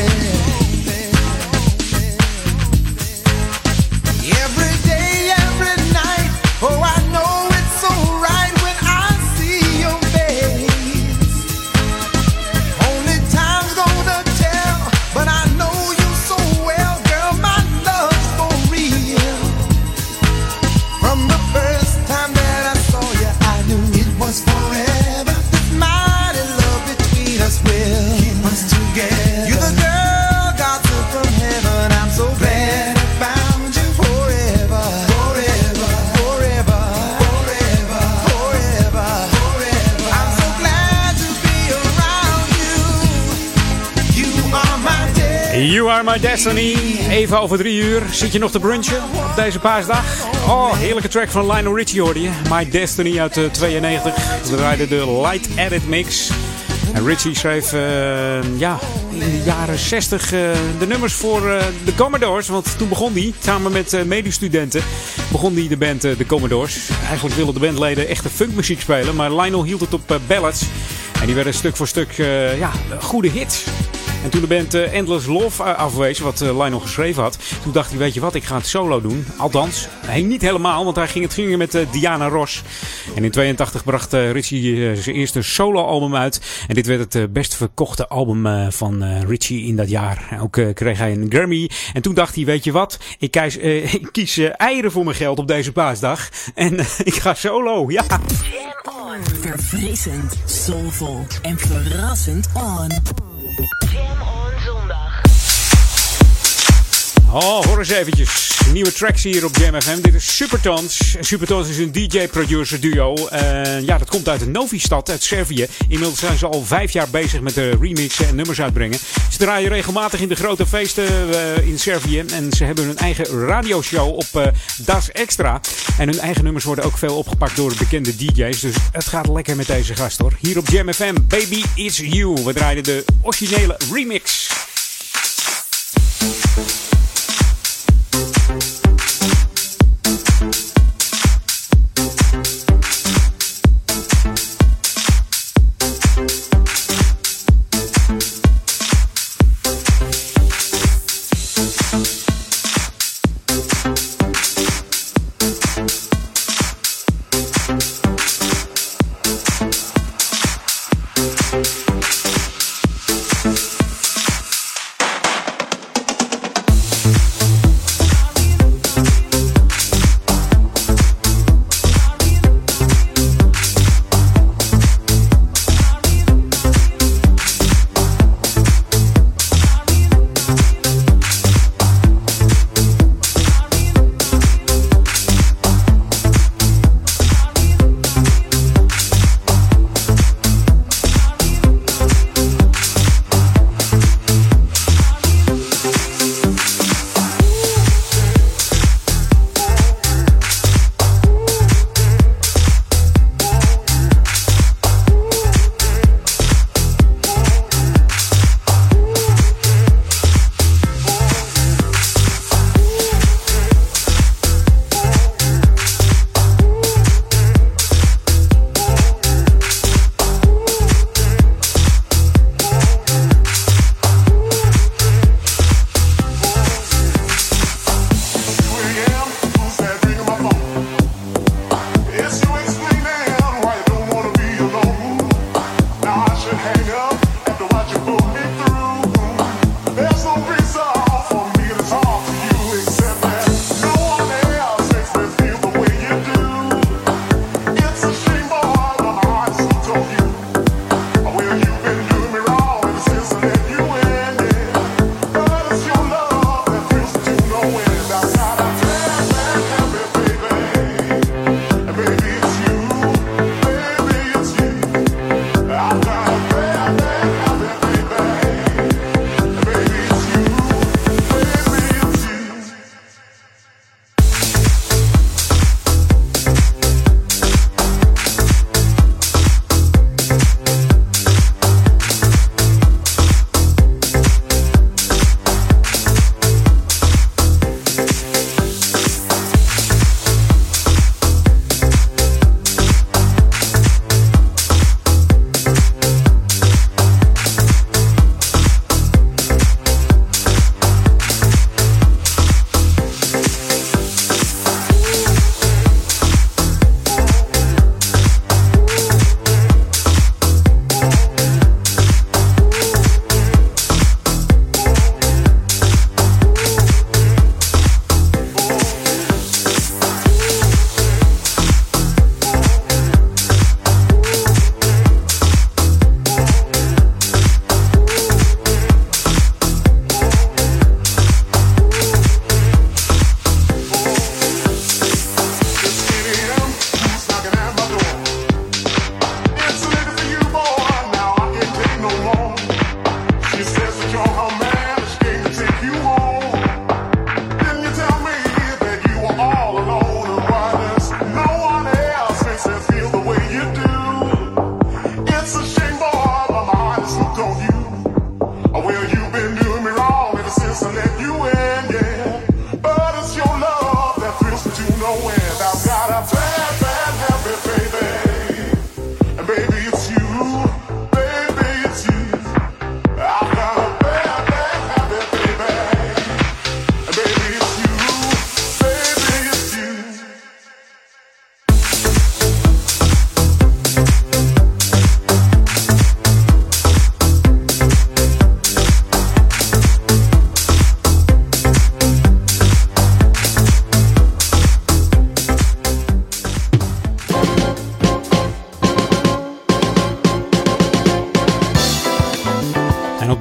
Every day, every night, oh, I know it's so right when I see your face. Only time's gonna tell, but I know you so well, girl, my love's for real. From the first time that I saw you, I knew it was forever. This mighty love between us will keep us together. You're the girl God sent from heaven. I'm so glad I found you forever, forever, forever, forever, forever, forever. I'm so glad to be around you. You are my destiny. You are my destiny. Even over 3 uur. Zit je nog te brunchen op deze paasdag? Oh, heerlijke track van Lionel Richie hoorde je. My Destiny uit 92. We draaiden de Light Edit Mix. En Richie schreef in de jaren 60 de nummers voor de Commodores. Want toen begon hij, samen met medestudenten, begon hij de band de Commodores. Eigenlijk wilden de bandleden echte funkmuziek spelen, maar Lionel hield het op ballads. En die werden stuk voor stuk goede hits. En toen de band Endless Love afwees, wat Lionel geschreven had, toen dacht hij, weet je wat, ik ga het solo doen. Althans, niet helemaal, want hij ging het zingen met Diana Ross. En in 82 bracht Richie zijn eerste solo-album uit. En dit werd het best verkochte album van Richie in dat jaar. Ook kreeg hij een Grammy. En toen dacht hij, weet je wat, ik kies eieren voor mijn geld op deze paasdag. En ik ga solo, ja. Jam on. Verfrissend, soulvol en verrassend on. Jam on zondag. Oh, hoor eens eventjes. Nieuwe tracks hier op Jam FM. Dit is Supertons. Supertons is een DJ-producer duo. Dat komt uit de Novi-stad, uit Servië. Inmiddels zijn ze al 5 jaar bezig met remixen en nummers uitbrengen. Ze draaien regelmatig in de grote feesten in Servië. En ze hebben hun eigen radioshow op Das Extra. En hun eigen nummers worden ook veel opgepakt door bekende DJ's. Dus het gaat lekker met deze gast hoor. Hier op Jam FM, Baby It's You. We draaien de originele remix.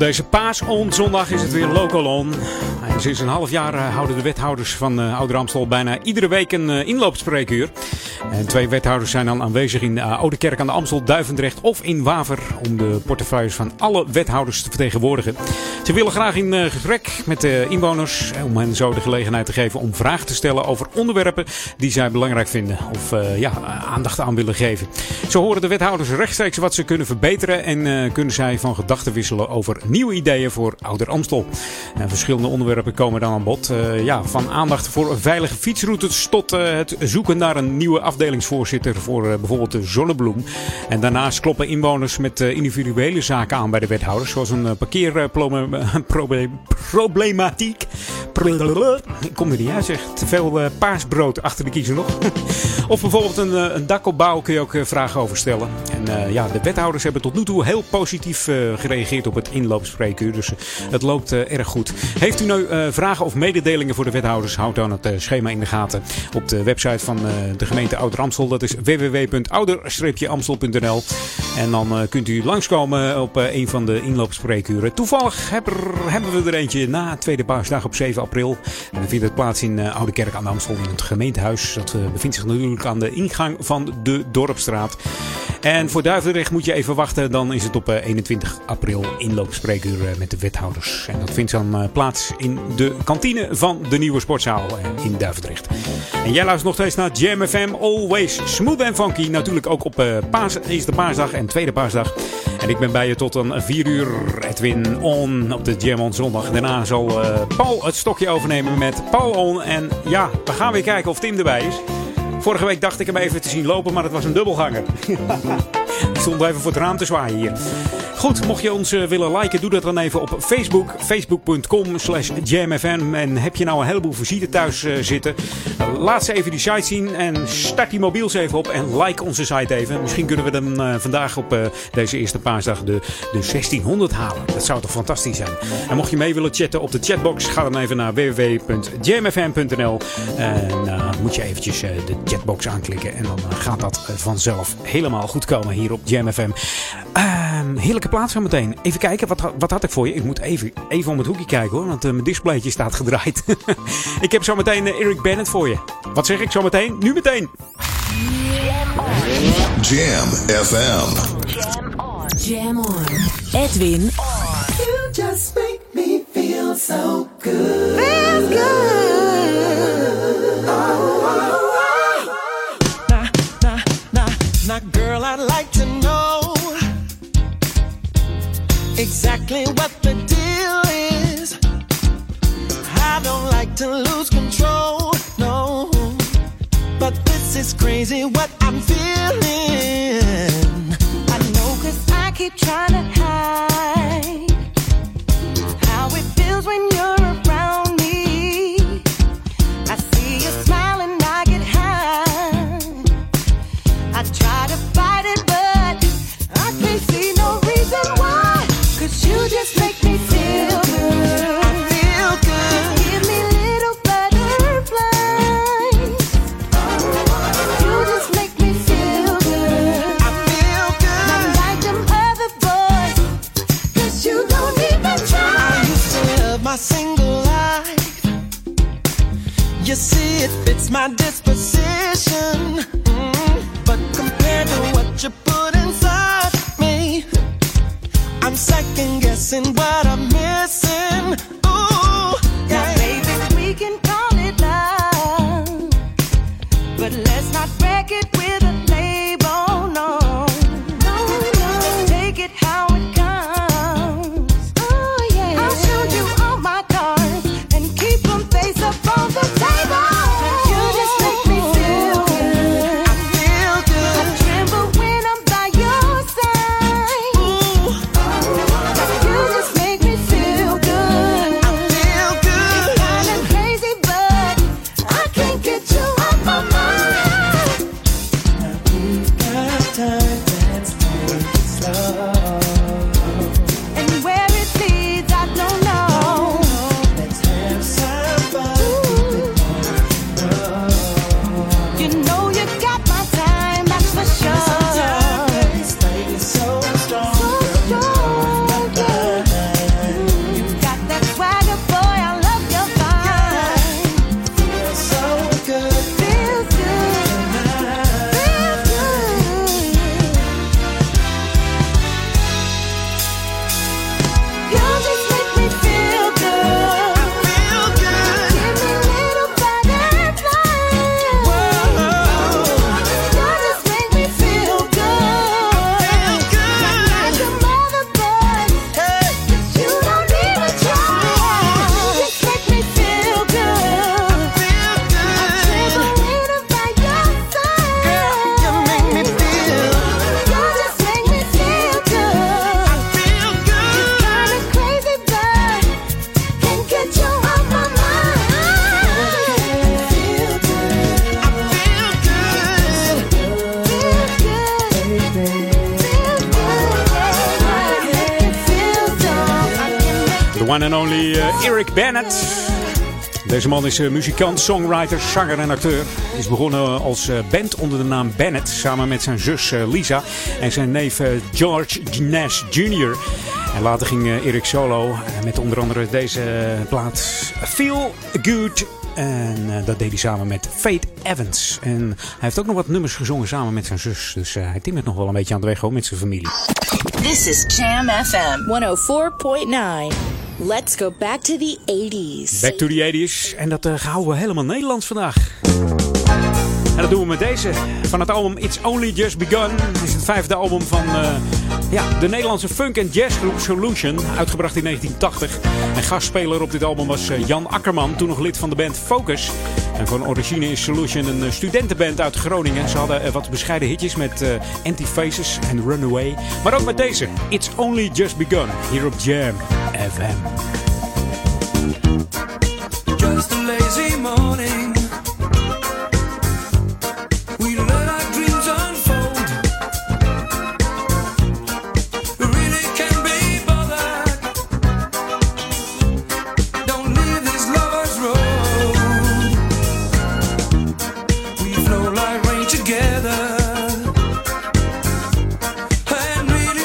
deze Paaszondag is het weer Local On. En sinds een half jaar houden de wethouders van Ouder Amstel bijna iedere week een inloopspreekuur. En 2 wethouders zijn dan aanwezig in Oude Kerk aan de Amstel, Duivendrecht of in Waver om de portefeuilles van alle wethouders te vertegenwoordigen. Ze willen graag in gesprek met de inwoners om hen zo de gelegenheid te geven om vragen te stellen over onderwerpen die zij belangrijk vinden of aandacht aan willen geven. Zo horen de wethouders rechtstreeks wat ze kunnen verbeteren en kunnen zij van gedachten wisselen over nieuwe ideeën voor Ouder Amstel. En verschillende onderwerpen komen dan aan bod. Van aandacht voor veilige fietsroutes tot het zoeken naar een nieuwe afdelingsvoorzitter voor bijvoorbeeld de Zonnebloem. En daarnaast kloppen inwoners met individuele zaken aan bij de wethouders, zoals een parkeerproblematiek. Ik kom er niet uit, zeg. Te veel paasbrood achter de kiezer nog. Of bijvoorbeeld een dakopbouw kun je ook vragen over stellen. En de wethouders hebben tot nu toe heel positief gereageerd op het inloopspreekuur. Dus het loopt erg goed. Heeft u nu vragen of mededelingen voor de wethouders? Houd dan het schema in de gaten op de website van de gemeente Ouder Amstel. Dat is www.ouder-amstel.nl. En dan kunt u langskomen op een van de inloopspreekuren. Toevallig hebben we er eentje na Tweede Paasdag op 7 april. En dan vindt het plaats in Oude Kerk aan de Amstel in het gemeentehuis. Dat bevindt zich natuurlijk aan de ingang van de Dorpsstraat. En voor Duivendrecht moet je even wachten. Dan is het op 21 april inloopspreekuur met de wethouders. En dat vindt dan plaats in de kantine van de nieuwe sportzaal in Duivendrecht. En jij luistert nog steeds naar Jam FM. Always smooth and funky. Natuurlijk ook op Eerste Paasdag en Tweede Paasdag. En ik ben bij je tot een 4 uur. Edwin On op de Jam On zondag. Daarna zal Paul het stokje overnemen met Paul On. En ja, we gaan weer kijken of Tim erbij is. Vorige week dacht ik hem even te zien lopen, maar het was een dubbelganger. Die stond even voor het raam te zwaaien hier. Goed, mocht je ons willen liken, doe dat dan even op Facebook. Facebook.com/JamFM. En heb je nou een heleboel visite thuis zitten? Laat ze even die site zien en start die mobiels even op en like onze site even. Misschien kunnen we dan vandaag op deze Eerste Paasdag de 1600 halen. Dat zou toch fantastisch zijn. En mocht je mee willen chatten op de chatbox, ga dan even naar www.jamfm.nl. En moet je eventjes de chatbox aanklikken. En dan gaat dat vanzelf helemaal goed komen hier op Jam FM. Heerlijke plaats zo meteen. Even kijken, wat had ik voor je? Ik moet even om het hoekje kijken hoor, want mijn displaytje staat gedraaid. Ik heb zo meteen Eric Bennett voor je. Wat zeg ik zo meteen? Nu meteen! Jam FM. Jam on. Jam on. Edwin on. You just make me feel so good. Feels good. Now, girl, I'd like to know exactly what the deal is. I don't like to lose control, no. But this is crazy what I'm feeling. I know 'cause I keep trying to hide how it feels when you're around me. I see you smile and I get high. I try to fight it but I can't see no reason why. 'Cause you just make me feel good. I feel good. Give me little butterflies. You just make me feel good. I feel good. Not like them other boys. 'Cause you don't even try. I used to live my single life. You see it fits my disposition. But compared to what you put inside me, I'm second guessing what I'm missing. Ooh, yeah. Now, baby, we can call it love, but let's not break it with a label, no. No, no. Take it how it comes. Oh, yeah. I'll show you all my cards and keep them face up on the table. You just make me feel good. I feel good. I tremble when I'm by your side. Ooh. You just make me feel good. I feel good. It's kinda crazy, but I can't get you off my mind. one and only Eric Bennett. Deze man is muzikant, songwriter, zanger en acteur. Hij is begonnen als band onder de naam Bennett, samen met zijn zus Lisa en zijn neef George Nash Jr. En later ging Eric solo met onder andere deze plaat Feel Good. En dat deed hij samen met Faith Evans. En hij heeft ook nog wat nummers gezongen samen met zijn zus. Dus hij timmert nog wel een beetje aan de weg hoor, met zijn familie. This is Jam FM 104.9. Let's go back to the 80s. Back to the 80s. En dat houden we helemaal Nederlands vandaag. En dat doen we met deze. Van het album It's Only Just Begun. Het is het 5e album van de Nederlandse funk- en jazzgroep Solution. Uitgebracht in 1980. En gastspeler op dit album was Jan Akkerman. Toen nog lid van de band Focus. En van origine is Solution een studentenband uit Groningen. Ze hadden wat bescheiden hitjes met Anti-Faces en Runaway. Maar ook met deze. It's Only Just Begun. Hier op Jam FM. Just a lazy morning.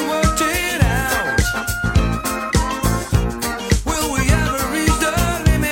Will we ever reach the limit?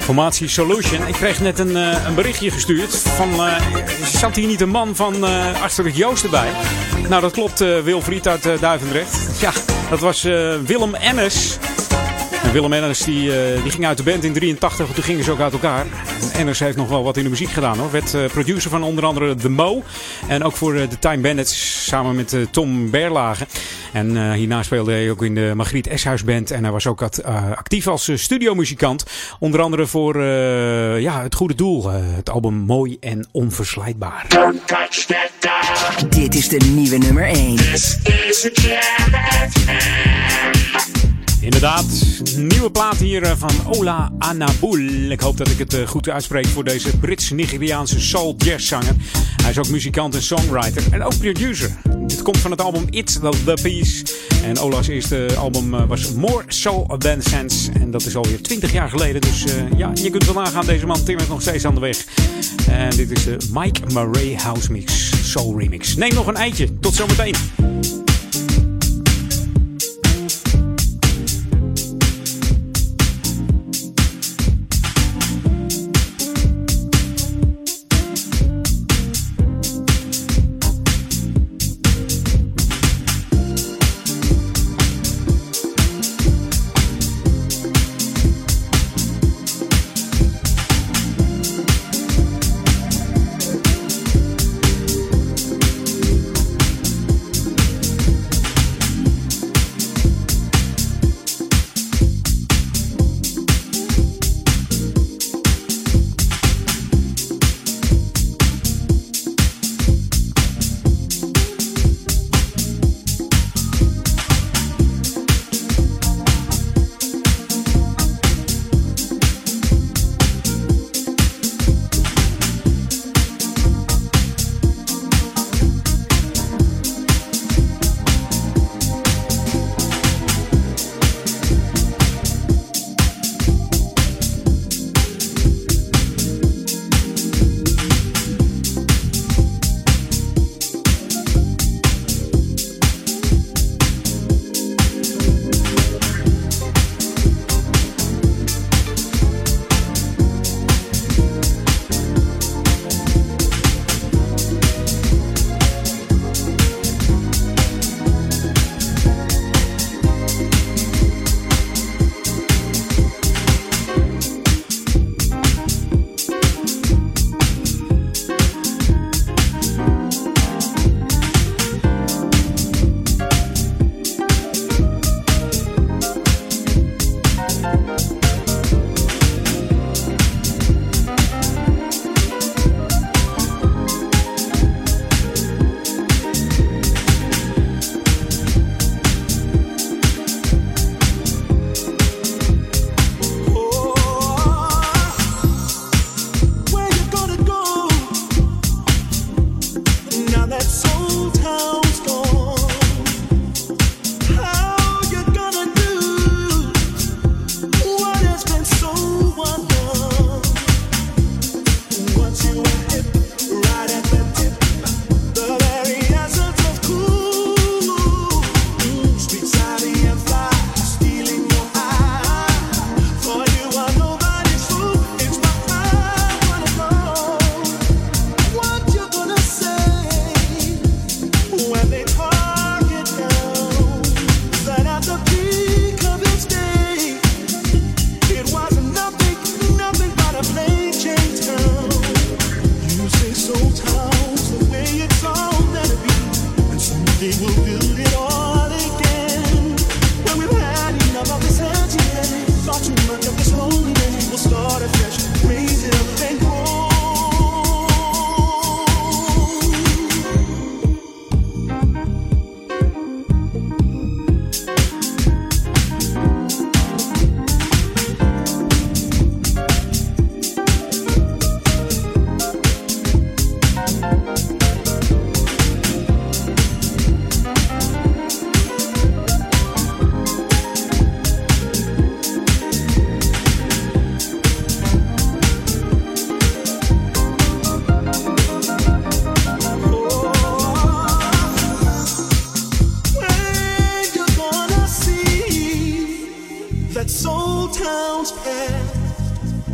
Formatie Solution. Ik kreeg net een berichtje gestuurd van... zat hier niet een man van Astrid Joost erbij? Nou, dat klopt, Wilfried uit Duivendrecht. Ja, dat was Willem Ennis. En Willem Ennis die ging uit de band in 83. Toen gingen ze ook uit elkaar. En Ennis heeft nog wel wat in de muziek gedaan, hoor. Werd producer van onder andere The Mo. En ook voor The Time Bandits samen met Tom Berlage. En hierna speelde hij ook in de Margriet Eshuis Band. En hij was ook actief als studiomuzikant. Onder andere voor Het Goede Doel. Het album Mooi en Onverslijtbaar. Don't touch that dial. Dit is de nieuwe nummer 1. This is a Jam FM. Inderdaad, nieuwe plaat hier van Ola Anaboul. Ik hoop dat ik het goed uitspreek voor deze Brits-Nigeriaanse soul jazzzanger. Hij is ook muzikant en songwriter en ook producer. Dit komt van het album It's the Peace. En Ola's eerste album was More Soul Than Sense. En dat is alweer 20 jaar geleden. Dus je kunt wel nagaan, deze man timmert nog steeds aan de weg. En dit is de Mike Murray House Mix Soul Remix. Neem nog een eitje. Tot zometeen.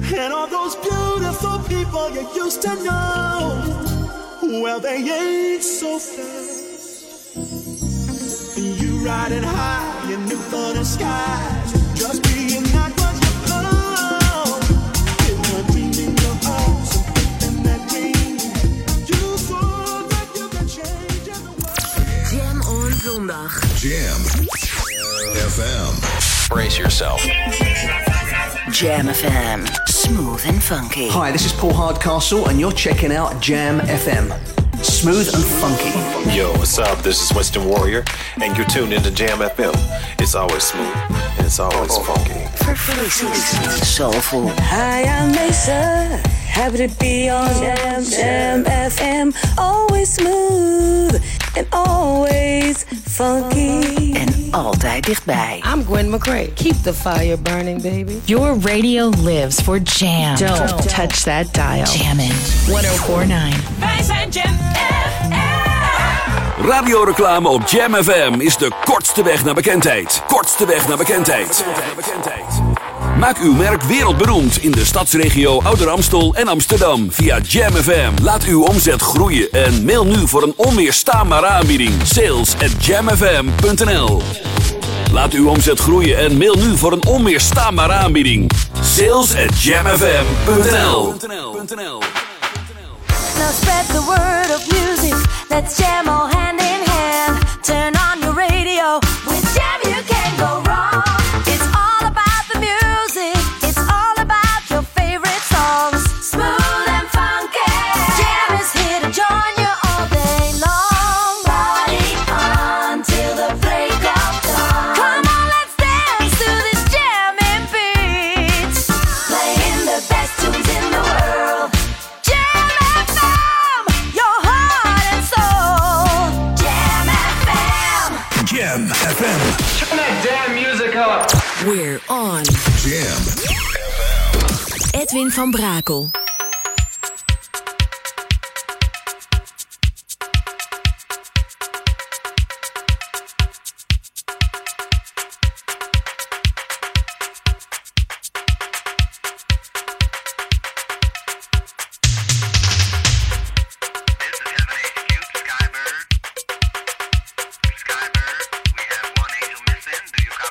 And all those beautiful people you used to know, well, they ain't so fast. And you riding high in new thunder skies, just being that was your goal. In the dream in your arms, and that dream, you thought that you could change the world. Jam on zondag. Jam FM. Brace yourself. Jam FM. Smooth and funky. Hi, this is Paul Hardcastle, and you're checking out Jam FM. Smooth and funky. Yo, what's up? This is Winston Warrior, and you're tuned into Jam FM. It's always smooth, and it's always funky. Soulful. Hi, I'm Mesa. Happy to be on Jam FM. Always smooth and always funky. En altijd dichtbij. I'm Gwen McCrae. Keep the fire burning, baby. Your radio lives for Jam. Don't touch that dial. Jammin' 104.9. Wij zijn Jam FM. Radioreclame op Jam FM is de kortste weg naar bekendheid. Kortste weg naar bekendheid. Maak uw merk wereldberoemd in de stadsregio Ouder Amstel en Amsterdam via Jam FM. Laat uw omzet groeien en mail nu voor een onweerstaanbare aanbieding. sales@jamfm.nl. Laat uw omzet groeien en mail nu voor een onweerstaanbare aanbieding. sales@jamfm.nl. Now spread the word of music. Let's jam all hand in hand. Turn on your radio. With Jam you can't go wrong. It's all about the music. It's all about your favorite songs. Smooth and funky. Jam is here to join you all day long. Party on till the break of dawn. Come on, let's dance to this jamming beat. Playing the best tunes in the world. Jam FM, your heart and soul. Jam FM. Jam FM. Turn that damn music up. We're on. Jam. Edwin van Brakel.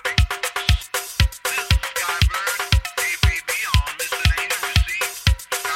Skybird, ABB on listening to receive.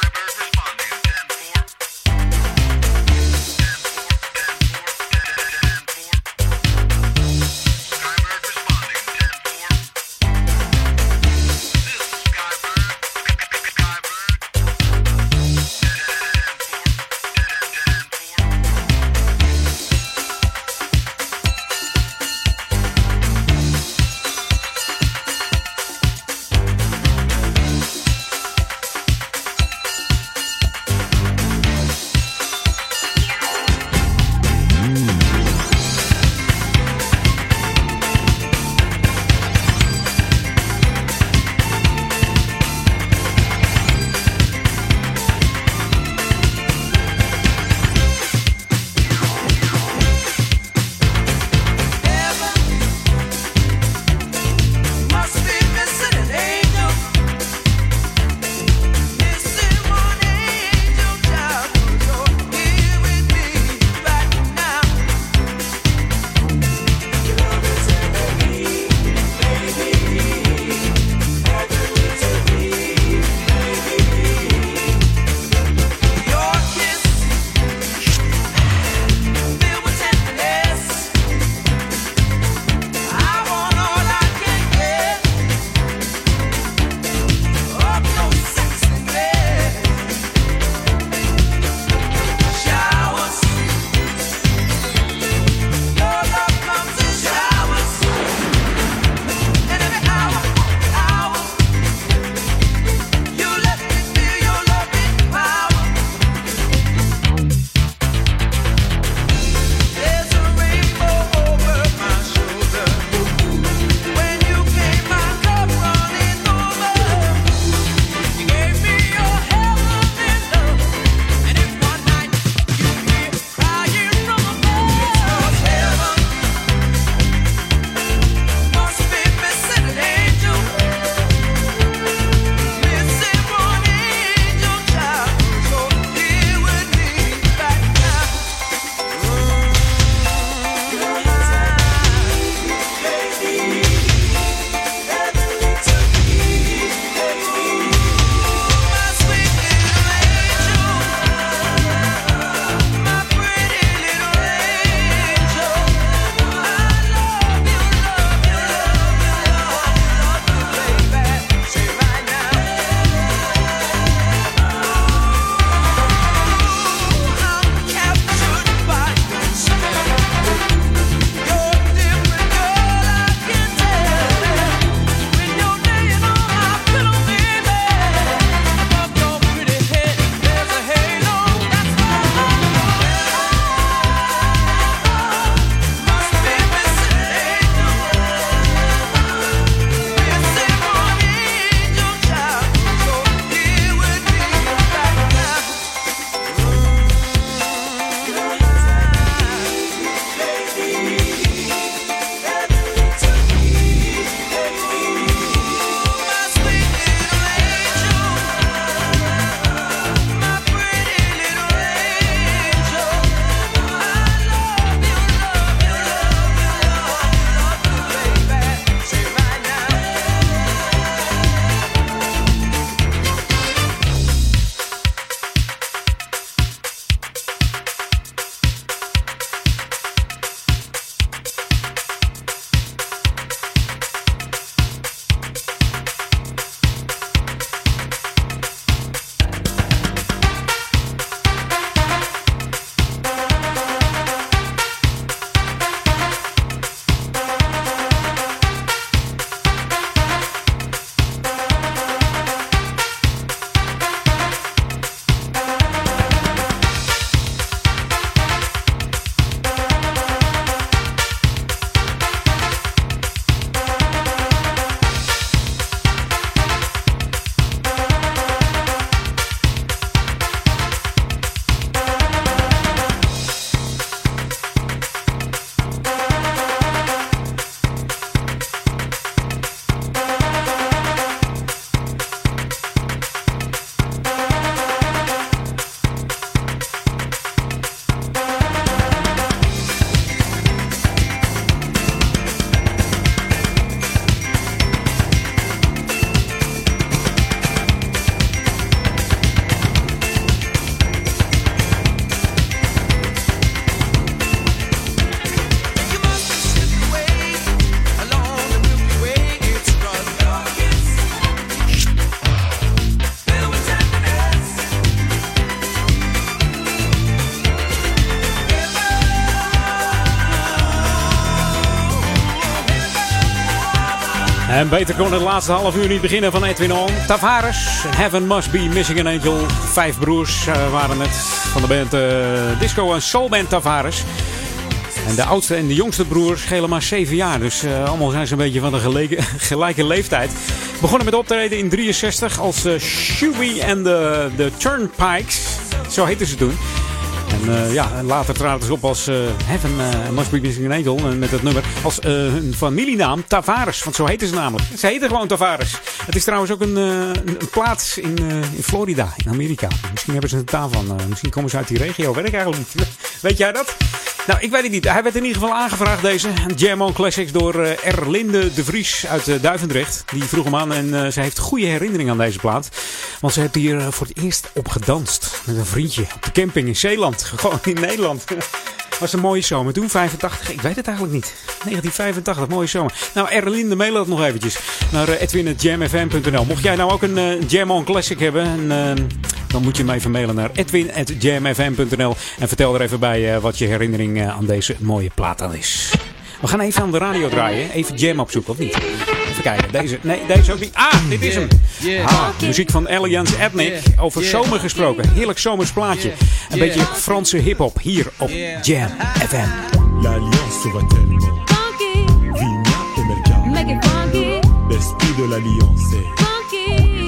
En beter kon het laatste half uur niet beginnen van Edwin On. Tavares, Heaven Must Be Missing an Angel. 5 broers waren het van de band Disco en Soulband Tavares. En de oudste en de jongste broer schelen maar 7 jaar. Dus allemaal zijn ze een beetje van de gelijke leeftijd. Begonnen met optreden in 63 als Shuey en de Turnpikes. Zo heette ze toen. En later traden ze op als Heaven Must Be Missing an Angel. Met het nummer als hun familienaam Tavares. Want zo heten ze namelijk. Ze heten gewoon Tavares. Het is trouwens ook een plaats in Florida, in Amerika. Misschien hebben ze het daarvan. Misschien komen ze uit die regio. Weet ik eigenlijk niet. Weet jij dat? Nou, ik weet het niet. Hij werd in ieder geval aangevraagd, deze Jam On Classics, door Erlinde de Vries uit Duivendrecht. Die vroeg hem aan en ze heeft goede herinneringen aan deze plaat. Want ze heeft hier voor het eerst op gedanst. Met een vriendje op de camping in Zeeland. Gewoon in Nederland. Was een mooie zomer. Toen 85, ik weet het eigenlijk niet. 1985, mooie zomer. Nou, Erlinde, mail dat nog eventjes naar edwin@jamfm.nl. Mocht jij nou ook een Jam On Classic hebben, dan moet je hem even mailen naar edwin@jamfm.nl. En vertel er even bij wat je herinnering aan deze mooie plaat aan is. We gaan even aan de radio draaien. Even Jam opzoeken, of niet? Even kijken. Deze ook niet. Ah, dit is hem. Muziek van Alliance Ethnic. Over zomer gesproken. Heerlijk zomers plaatje. Een beetje Franse hiphop hier op Jam FM. L'Alliance va tellement. Vigna et Merca. Make it funky. L'esprit de l'Alliance. Funky.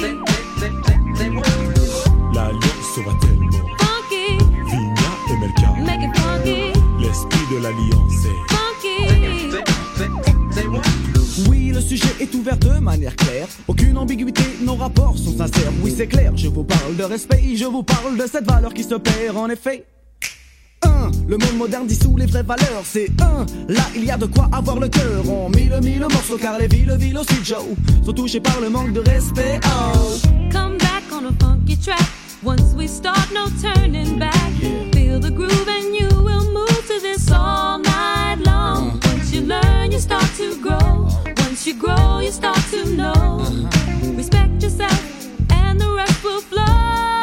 L'Alliance va tellement. Funky. Vigna et Merca. Make it funky. L'esprit de l'Alliance. Oui, le sujet est ouvert de manière claire. Aucune ambiguïté, nos rapports sont sincères. Oui, c'est clair, je vous parle de respect. Je vous parle de cette valeur qui se perd en effet. Le monde moderne dissout les vraies valeurs. C'est là il y a de quoi avoir le cœur. En mille morceaux car les villes aussi Joe sont touchées par le manque de respect. Oh. Come back on a funky track. Once we start, no turning back. Feel the groove and you will move to this all night long. Once you learn, you start to grow. Once you grow, you start to know. Respect yourself and the rest will flow.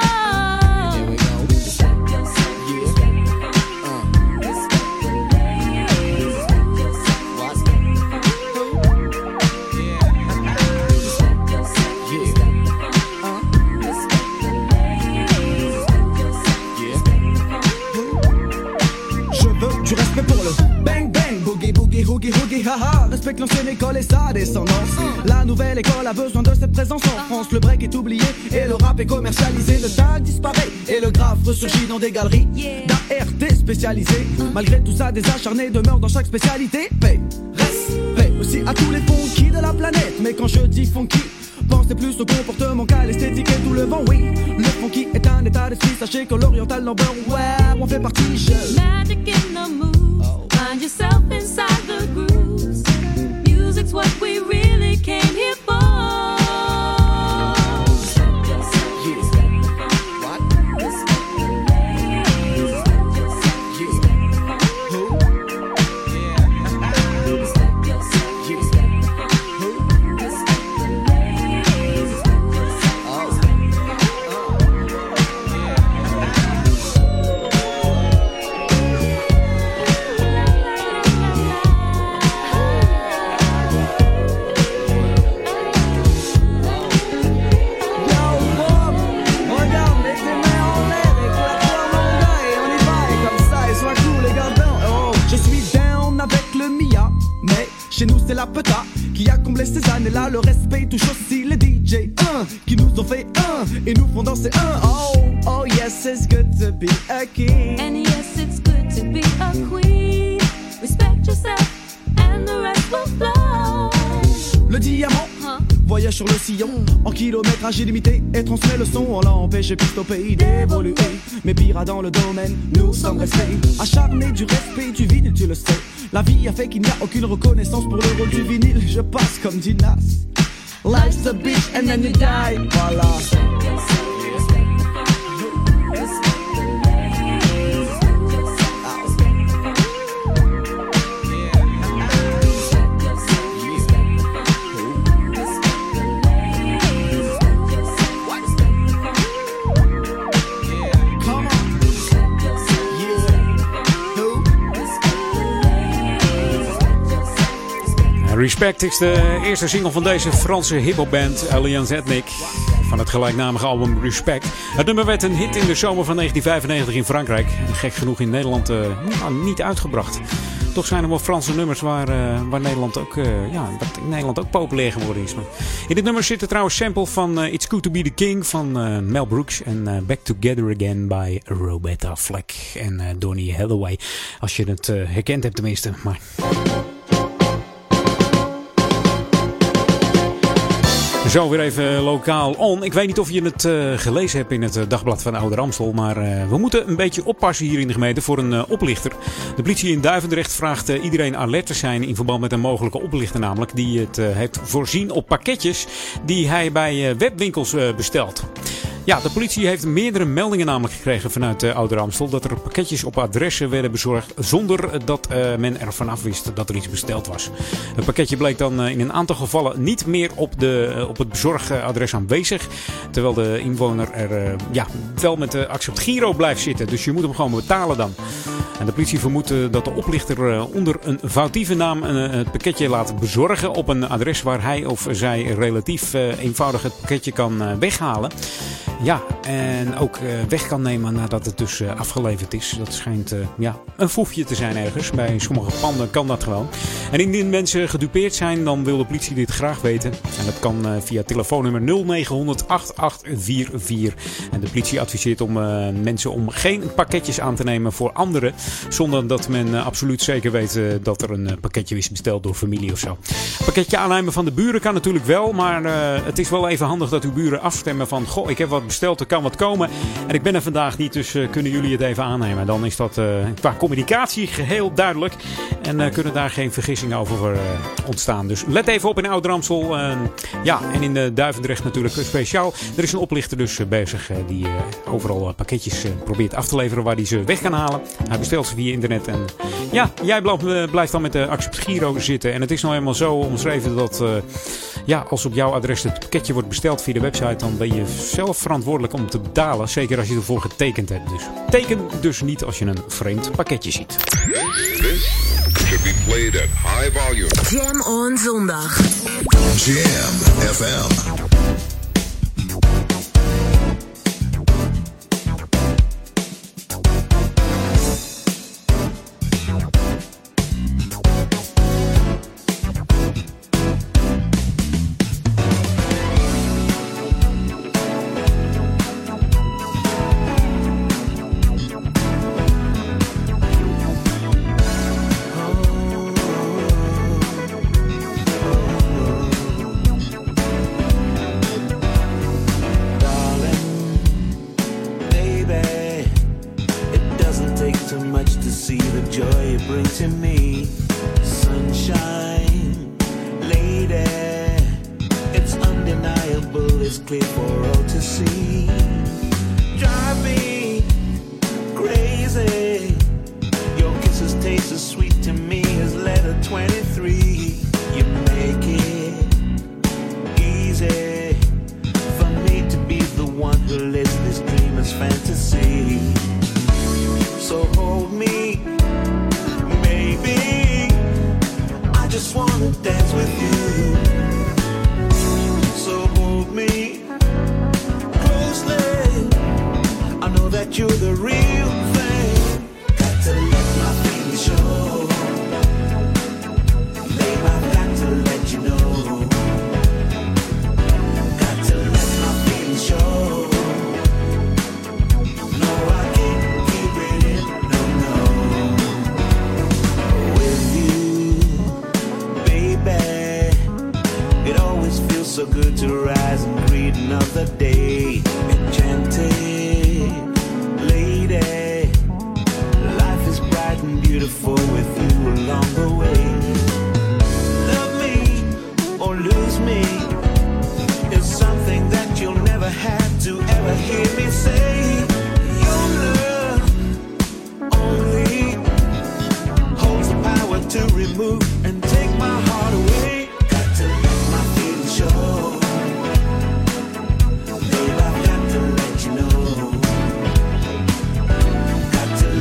Du respect pour le bang bang, boogie boogie hoogie hoogie haha. Respecte l'ancienne école et sa descendance. La nouvelle école a besoin de cette présence en France. Le break est oublié et le rap est commercialisé. Le tag disparaît et le graphe ressurgit dans des galeries d'ART spécialisées. Malgré tout ça, des acharnés demeurent dans chaque spécialité. Paix, respect aussi à tous les funky de la planète. Mais quand je dis funky, pensez plus au comportement qu'à l'esthétique et tout le vent, oui. Le funky est un état d'esprit, sachez que l'oriental number, ouais, on fait partie. Magic in the moves, find yourself inside the grooves. Music's what we really came here for. Chez nous c'est la peta qui a comblé ces années-là. Le respect touche aussi les DJ qui nous ont fait et nous font danser Oh yes, it's good to be a king. And yes, it's good to be a queen. Respect yourself and the rest will flow. Le diamant voyage sur le sillon en kilométrage illimité et transmet le son. On l'a empêché plus au pays d'évoluer. Mais pire dans le domaine, nous sommes restés acharnés du respect du vinyle, tu le sais. La vie a fait qu'il n'y a aucune reconnaissance pour le rôle du vinyle. Je passe comme dit Nas. Life's a bitch and then you die. Voilà. Respect is de eerste single van deze Franse hiphopband Alliance Ethnic van het gelijknamige album Respect. Het nummer werd een hit in de zomer van 1995 in Frankrijk. En gek genoeg in Nederland niet uitgebracht. Toch zijn er wel Franse nummers waar Nederland ook, dat in Nederland ook populair geworden is. Maar in dit nummer zit er trouwens sample van It's Good to Be the King van Mel Brooks en Back Together Again by Roberta Flack en Donny Hathaway. Als je het herkend hebt tenminste. Maar... Zo weer even lokaal on. Ik weet niet of je het gelezen hebt in het dagblad van Ouder Amstel. Maar we moeten een beetje oppassen hier in de gemeente voor een oplichter. De politie in Duivendrecht vraagt iedereen alert te zijn in verband met een mogelijke oplichter namelijk. Die het heeft voorzien op pakketjes die hij bij webwinkels bestelt. Ja, de politie heeft meerdere meldingen namelijk gekregen vanuit Ouder Amstel dat er pakketjes op adressen werden bezorgd zonder dat men er vanaf wist dat er iets besteld was. Het pakketje bleek dan in een aantal gevallen niet meer op het bezorgadres aanwezig, terwijl de inwoner er wel met de Accept Giro blijft zitten. Dus je moet hem gewoon betalen dan. En de politie vermoedt dat de oplichter onder een foutieve naam het pakketje laat bezorgen op een adres waar hij of zij relatief eenvoudig het pakketje kan weghalen. Ja, en ook weg kan nemen nadat het dus afgeleverd is. Dat schijnt een foefje te zijn ergens. Bij sommige panden kan dat gewoon. En indien mensen gedupeerd zijn, dan wil de politie dit graag weten. En dat kan via telefoonnummer 0900 8844. En de politie adviseert mensen om geen pakketjes aan te nemen voor anderen. Zonder dat men absoluut zeker weet dat er een pakketje is besteld door familie of zo. Een pakketje aannemen van de buren kan natuurlijk wel. Maar het is wel even handig dat uw buren afstemmen van... Goh, ik heb wat besteld, er kan wat komen. En ik ben er vandaag niet, dus kunnen jullie het even aannemen. Dan is dat qua communicatie geheel duidelijk. En kunnen daar geen vergissingen over ontstaan. Dus let even op in Ouder Amstel. En in Duivendrecht natuurlijk speciaal. Er is een oplichter dus bezig die overal pakketjes probeert af te leveren waar hij ze weg kan halen. Hij bestelt ze via internet. En jij blijft dan met de Accept Giro zitten. En het is nou helemaal zo omschreven dat als op jouw adres het pakketje wordt besteld via de website, dan ben je zelf verantwoordelijk om te betalen. Zeker als je ervoor getekend hebt. Dus teken dus niet als je een vreemd pakketje ziet. This should be played at high volume. Jam on zondag. Jam FM.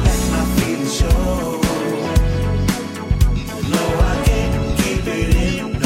No, I can't keep it in.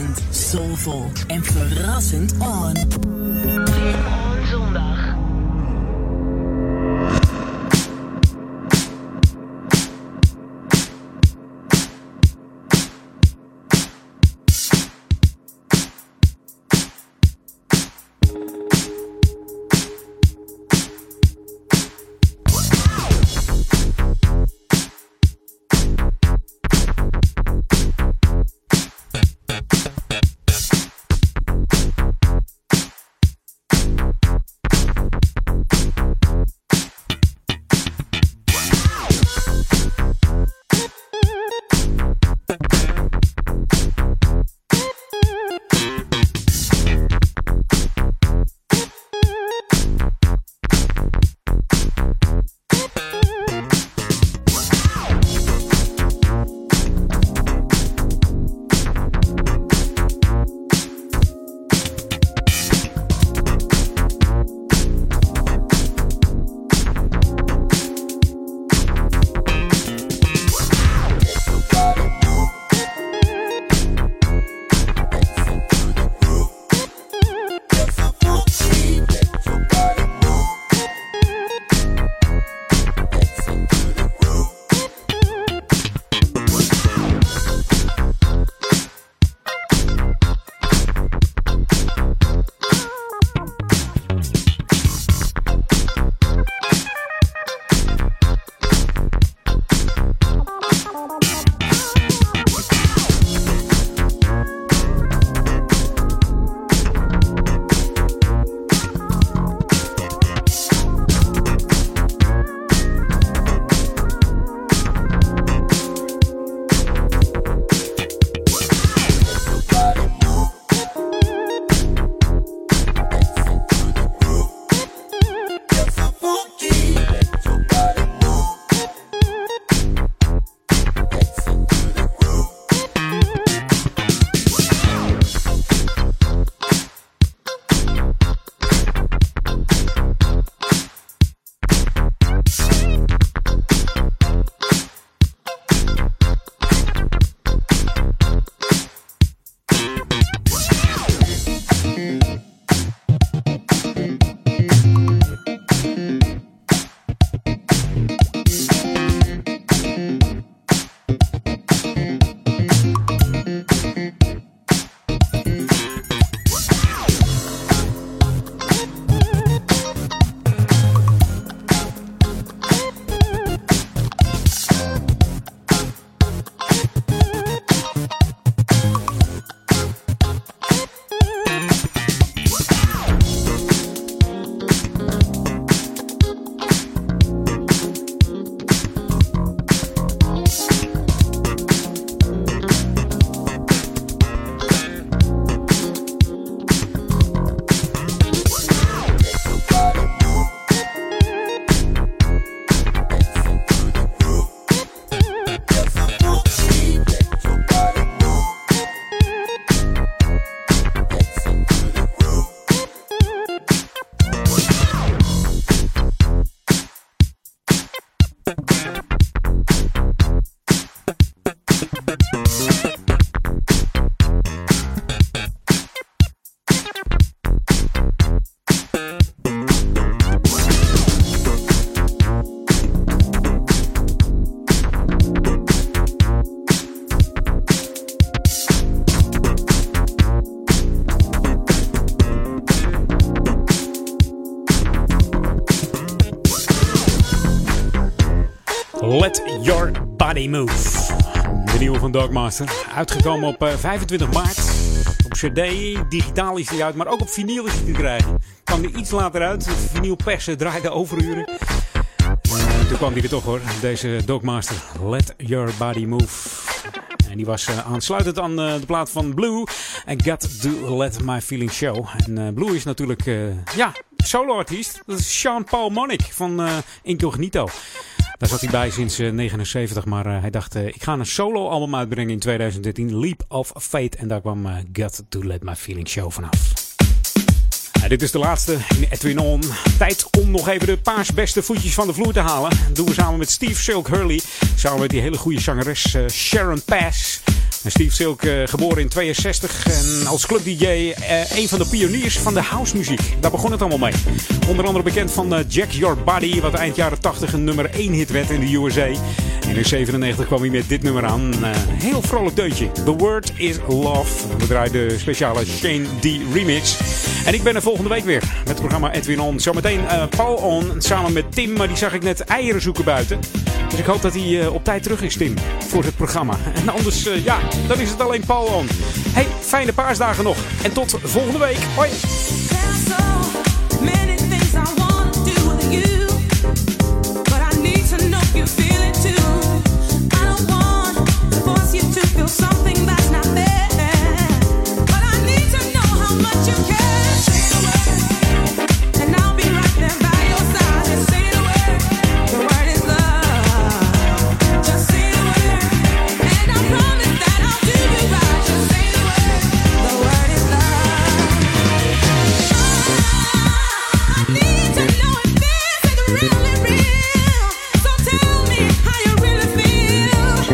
Verfrissend, soulvol en verrassend on. Jam on zondag. Let Your Body Move. De nieuwe van Dogmaster. Uitgekomen op 25 maart. Op CD, digitaal is die uit, maar ook op vinyl is die te krijgen. Kwam die iets later uit. De vinylpersen draaide overuren. Toen kwam die er toch hoor. Deze Dogmaster. Let Your Body Move. En die was aansluitend aan de plaat van Blue. I Got To Let My Feelings Show. En Blue is natuurlijk, solo-artiest. Dat is Sean-Paul Monick van Incognito. Daar zat hij bij sinds 1979, maar hij dacht, ik ga een solo-album uitbrengen in 2013. Leap of Faith. En daar kwam Got To Let My Feelings Show vanaf. Dit is de laatste in Edwin On. Tijd om nog even de paarsbeste voetjes van de vloer te halen. Dat doen we samen met Steve Silk Hurley. Samen met die hele goede zangeres Sharon Pass. En Steve Silk, geboren in 62 en als club-dj een van de pioniers van de housemuziek. Daar begon het allemaal mee. Onder andere bekend van Jack Your Body, wat eind jaren 80 een nummer 1 hit werd in de USA. En in 97 kwam hij met dit nummer aan. Een heel vrolijk deuntje. The Word is Love. We draaien de speciale Shane D remix. En ik ben er volgende week weer met het programma Edwin On. Zometeen Paul On samen met Tim, maar die zag ik net eieren zoeken buiten. Dus ik hoop dat hij op tijd terug is, Tim, voor het programma. En anders, dan is het alleen Paul On. Hey, fijne paasdagen nog. En tot volgende week. Hoi. Something that's not there, but I need to know how much you care. Say the word, and I'll be right there by your side. Just say the word is love. Just say the word, and I promise that I'll do you right. Just say the word is love. I need to know if this is really real. So tell me how you really feel.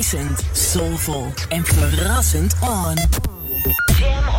Bruisend, soulvol en verrassend on. Jam on.